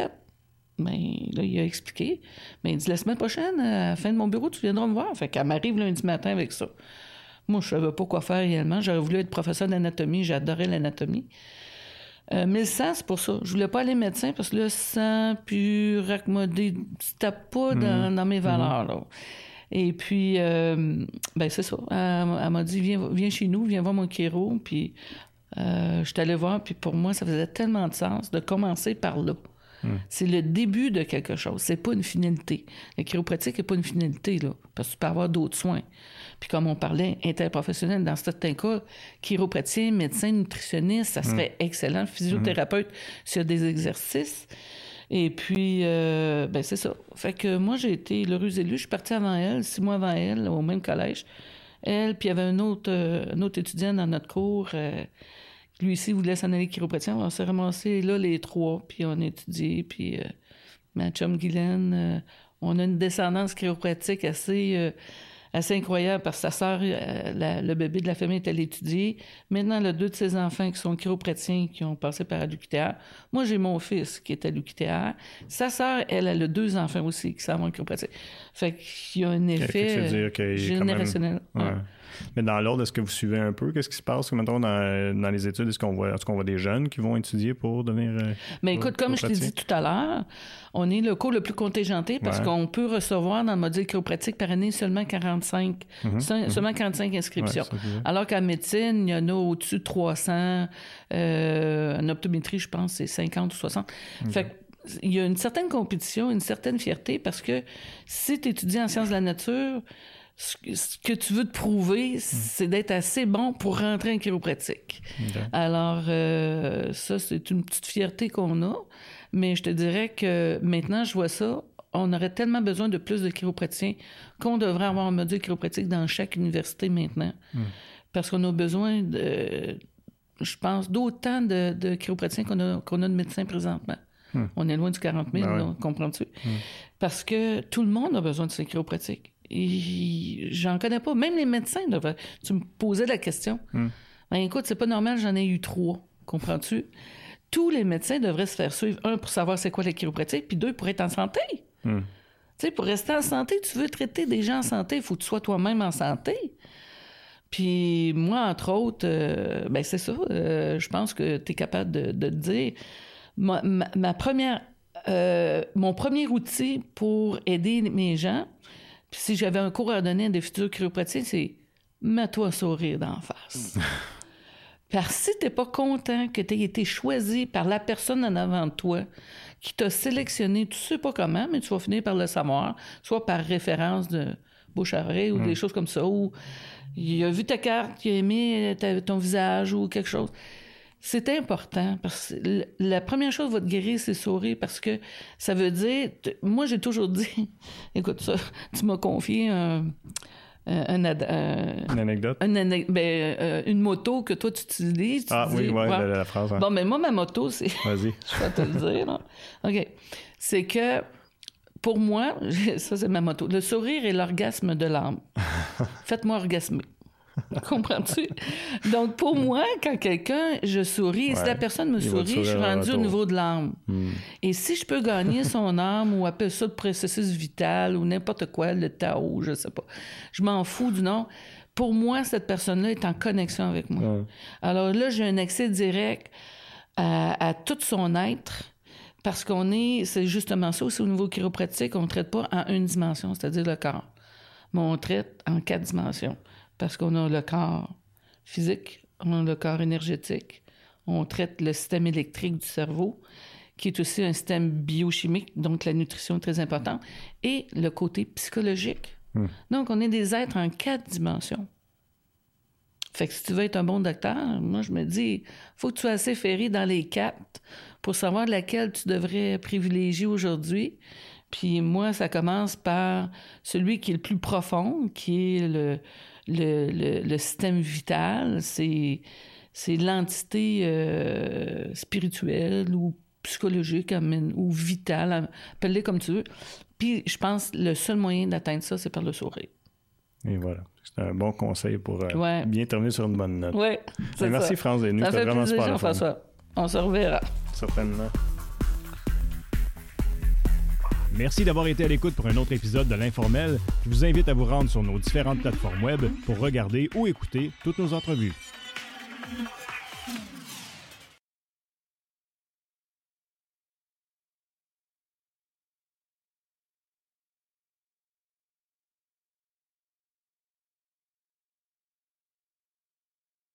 [SPEAKER 2] Ben, là, il a expliqué. Mais il dit, la semaine prochaine, à la fin de mon bureau, tu viendras me voir. Fait qu'elle m'arrive lundi matin avec ça. Moi, je savais pas quoi faire réellement. J'aurais voulu être professeur d'anatomie. J'adorais l'anatomie. Mais le sang, c'est pour ça. Je voulais pas aller médecin parce que le sang pur, raccommodé, c'était pas dans mes valeurs, là. Et puis, ben c'est ça. Elle m'a dit, viens chez nous, viens voir mon chiro. Puis, je suis allée voir. Puis pour moi, ça faisait tellement de sens de commencer par là. C'est le début de quelque chose. C'est pas une finalité. La chiropratique n'est pas une finalité, là, parce que tu peux avoir d'autres soins. Puis comme on parlait, interprofessionnel, dans certains cas, chiropraticien, médecin, nutritionniste, ça serait excellent. Physiothérapeute, s'il y a des exercices. Et puis, ben c'est ça. Fait que moi, j'ai été l'heureuse élue. Je suis partie avant elle, 6 mois avant elle, au même collège. Elle, puis il y avait un autre étudiant dans notre cours... lui aussi voulait s'en aller chiropraticien. On s'est ramassés là, les 3, puis on a étudié. Puis ma chum Guylaine, on a une descendance chiropratique assez incroyable parce que sa sœur, le bébé de la famille est allé étudier. Maintenant, elle a 2 de ses enfants qui sont chiropraticiens qui ont passé par l'UQTR. Moi, j'ai mon fils qui est à l'UQTR. Sa sœur, elle a 2 enfants aussi qui s'en vont en chiropratique. Fait qu'il y a un effet générationnel.
[SPEAKER 1] Ouais. Mais dans l'ordre, est-ce que vous suivez un peu? Qu'est-ce qui se passe? Mettons, dans les études, est-ce qu'on voit des jeunes qui vont étudier pour devenir...
[SPEAKER 2] Mais écoute, comme je t'ai dit tout à l'heure, on est le cours le plus contingenté parce qu'on peut recevoir dans le module chiropratique par année seulement 45 inscriptions. Ouais, alors qu'en médecine, il y en a au-dessus de 300. En optométrie, je pense, c'est 50 ou 60. Fait que il y a une certaine compétition, une certaine fierté parce que si tu étudies en sciences de la nature... Ce que tu veux te prouver, c'est d'être assez bon pour rentrer en chiropratique. Okay. Alors, ça, c'est une petite fierté qu'on a. Mais je te dirais que maintenant, je vois ça, on aurait tellement besoin de plus de chiropraticiens qu'on devrait avoir un module chiropratique dans chaque université maintenant. Parce qu'on a besoin, je pense, d'autant de chiropraticiens qu'on a de médecins présentement. On est loin du 40 000, là, comprends-tu? Parce que tout le monde a besoin de ces chiropratiques. Et j'en connais pas. Même les médecins, tu me posais la question. Ben écoute, c'est pas normal, j'en ai eu 3. Comprends-tu? Tous les médecins devraient se faire suivre. 1, pour savoir c'est quoi la chiropratique, puis 2, pour être en santé. Tu sais, pour rester en santé, tu veux traiter des gens en santé, il faut que tu sois toi-même en santé. Puis moi, entre autres, ben c'est ça. Je pense que tu es capable de te dire. Ma première... mon premier outil pour aider mes gens... Puis si j'avais un cours à donner à des futurs chiropraticiens, c'est « mets-toi à sourire d'en face ». Parce que si t'es pas content que tu aies été choisi par la personne en avant de toi, qui t'a sélectionné, tu sais pas comment, mais tu vas finir par le savoir, soit par référence de bouche à oreille ou des choses comme ça, ou il a vu ta carte, il a aimé ton visage ou quelque chose. C'est important parce que la première chose qui va te guérir, c'est sourire parce que ça veut dire... Moi, j'ai toujours dit... Écoute ça, tu m'as confié une
[SPEAKER 1] anecdote?
[SPEAKER 2] Une moto que toi, tu utilises.
[SPEAKER 1] La phrase. Hein.
[SPEAKER 2] Bon, mais moi, ma moto, c'est...
[SPEAKER 1] Vas-y.
[SPEAKER 2] Je vais te le dire. Là. OK. C'est que, pour moi, ça, c'est ma moto. Le sourire est l'orgasme de l'âme. Faites-moi orgasmer. Comprends-tu? Donc, pour moi, quand je souris, si la personne me sourit, je suis rendue au niveau de l'âme. Et si je peux gagner son âme ou appeler ça le processus vital ou n'importe quoi, le Tao, je sais pas. Je m'en fous du nom. Pour moi, cette personne-là est en connexion avec moi. Alors là, j'ai un accès direct à tout son être parce c'est justement ça aussi au niveau chiropratique, on ne traite pas en une dimension, c'est-à-dire le corps. Mais on traite en 4 dimensions. Parce qu'on a le corps physique, on a le corps énergétique, on traite le système électrique du cerveau, qui est aussi un système biochimique, donc la nutrition est très importante, et le côté psychologique. Donc, on est des êtres en 4 dimensions. Fait que si tu veux être un bon docteur, moi, je me dis, il faut que tu sois assez ferré dans les 4 pour savoir laquelle tu devrais privilégier aujourd'hui. Puis moi, ça commence par celui qui est le plus profond, qui est le système vital, c'est l'entité spirituelle ou psychologique ou vitale, appelle-les comme tu veux. Puis je pense que le seul moyen d'atteindre ça, c'est par le sourire.
[SPEAKER 1] Et voilà. C'est un bon conseil pour bien terminer sur une bonne note.
[SPEAKER 2] Oui, c'est ça.
[SPEAKER 1] Merci, France Desnus.
[SPEAKER 2] Ça fait
[SPEAKER 1] vraiment
[SPEAKER 2] plaisir, Jean-François. On se reverra.
[SPEAKER 1] Certainement. Merci d'avoir été à l'écoute pour un autre épisode de l'Informel. Je vous invite à vous rendre sur nos différentes plateformes web pour regarder ou écouter toutes nos entrevues.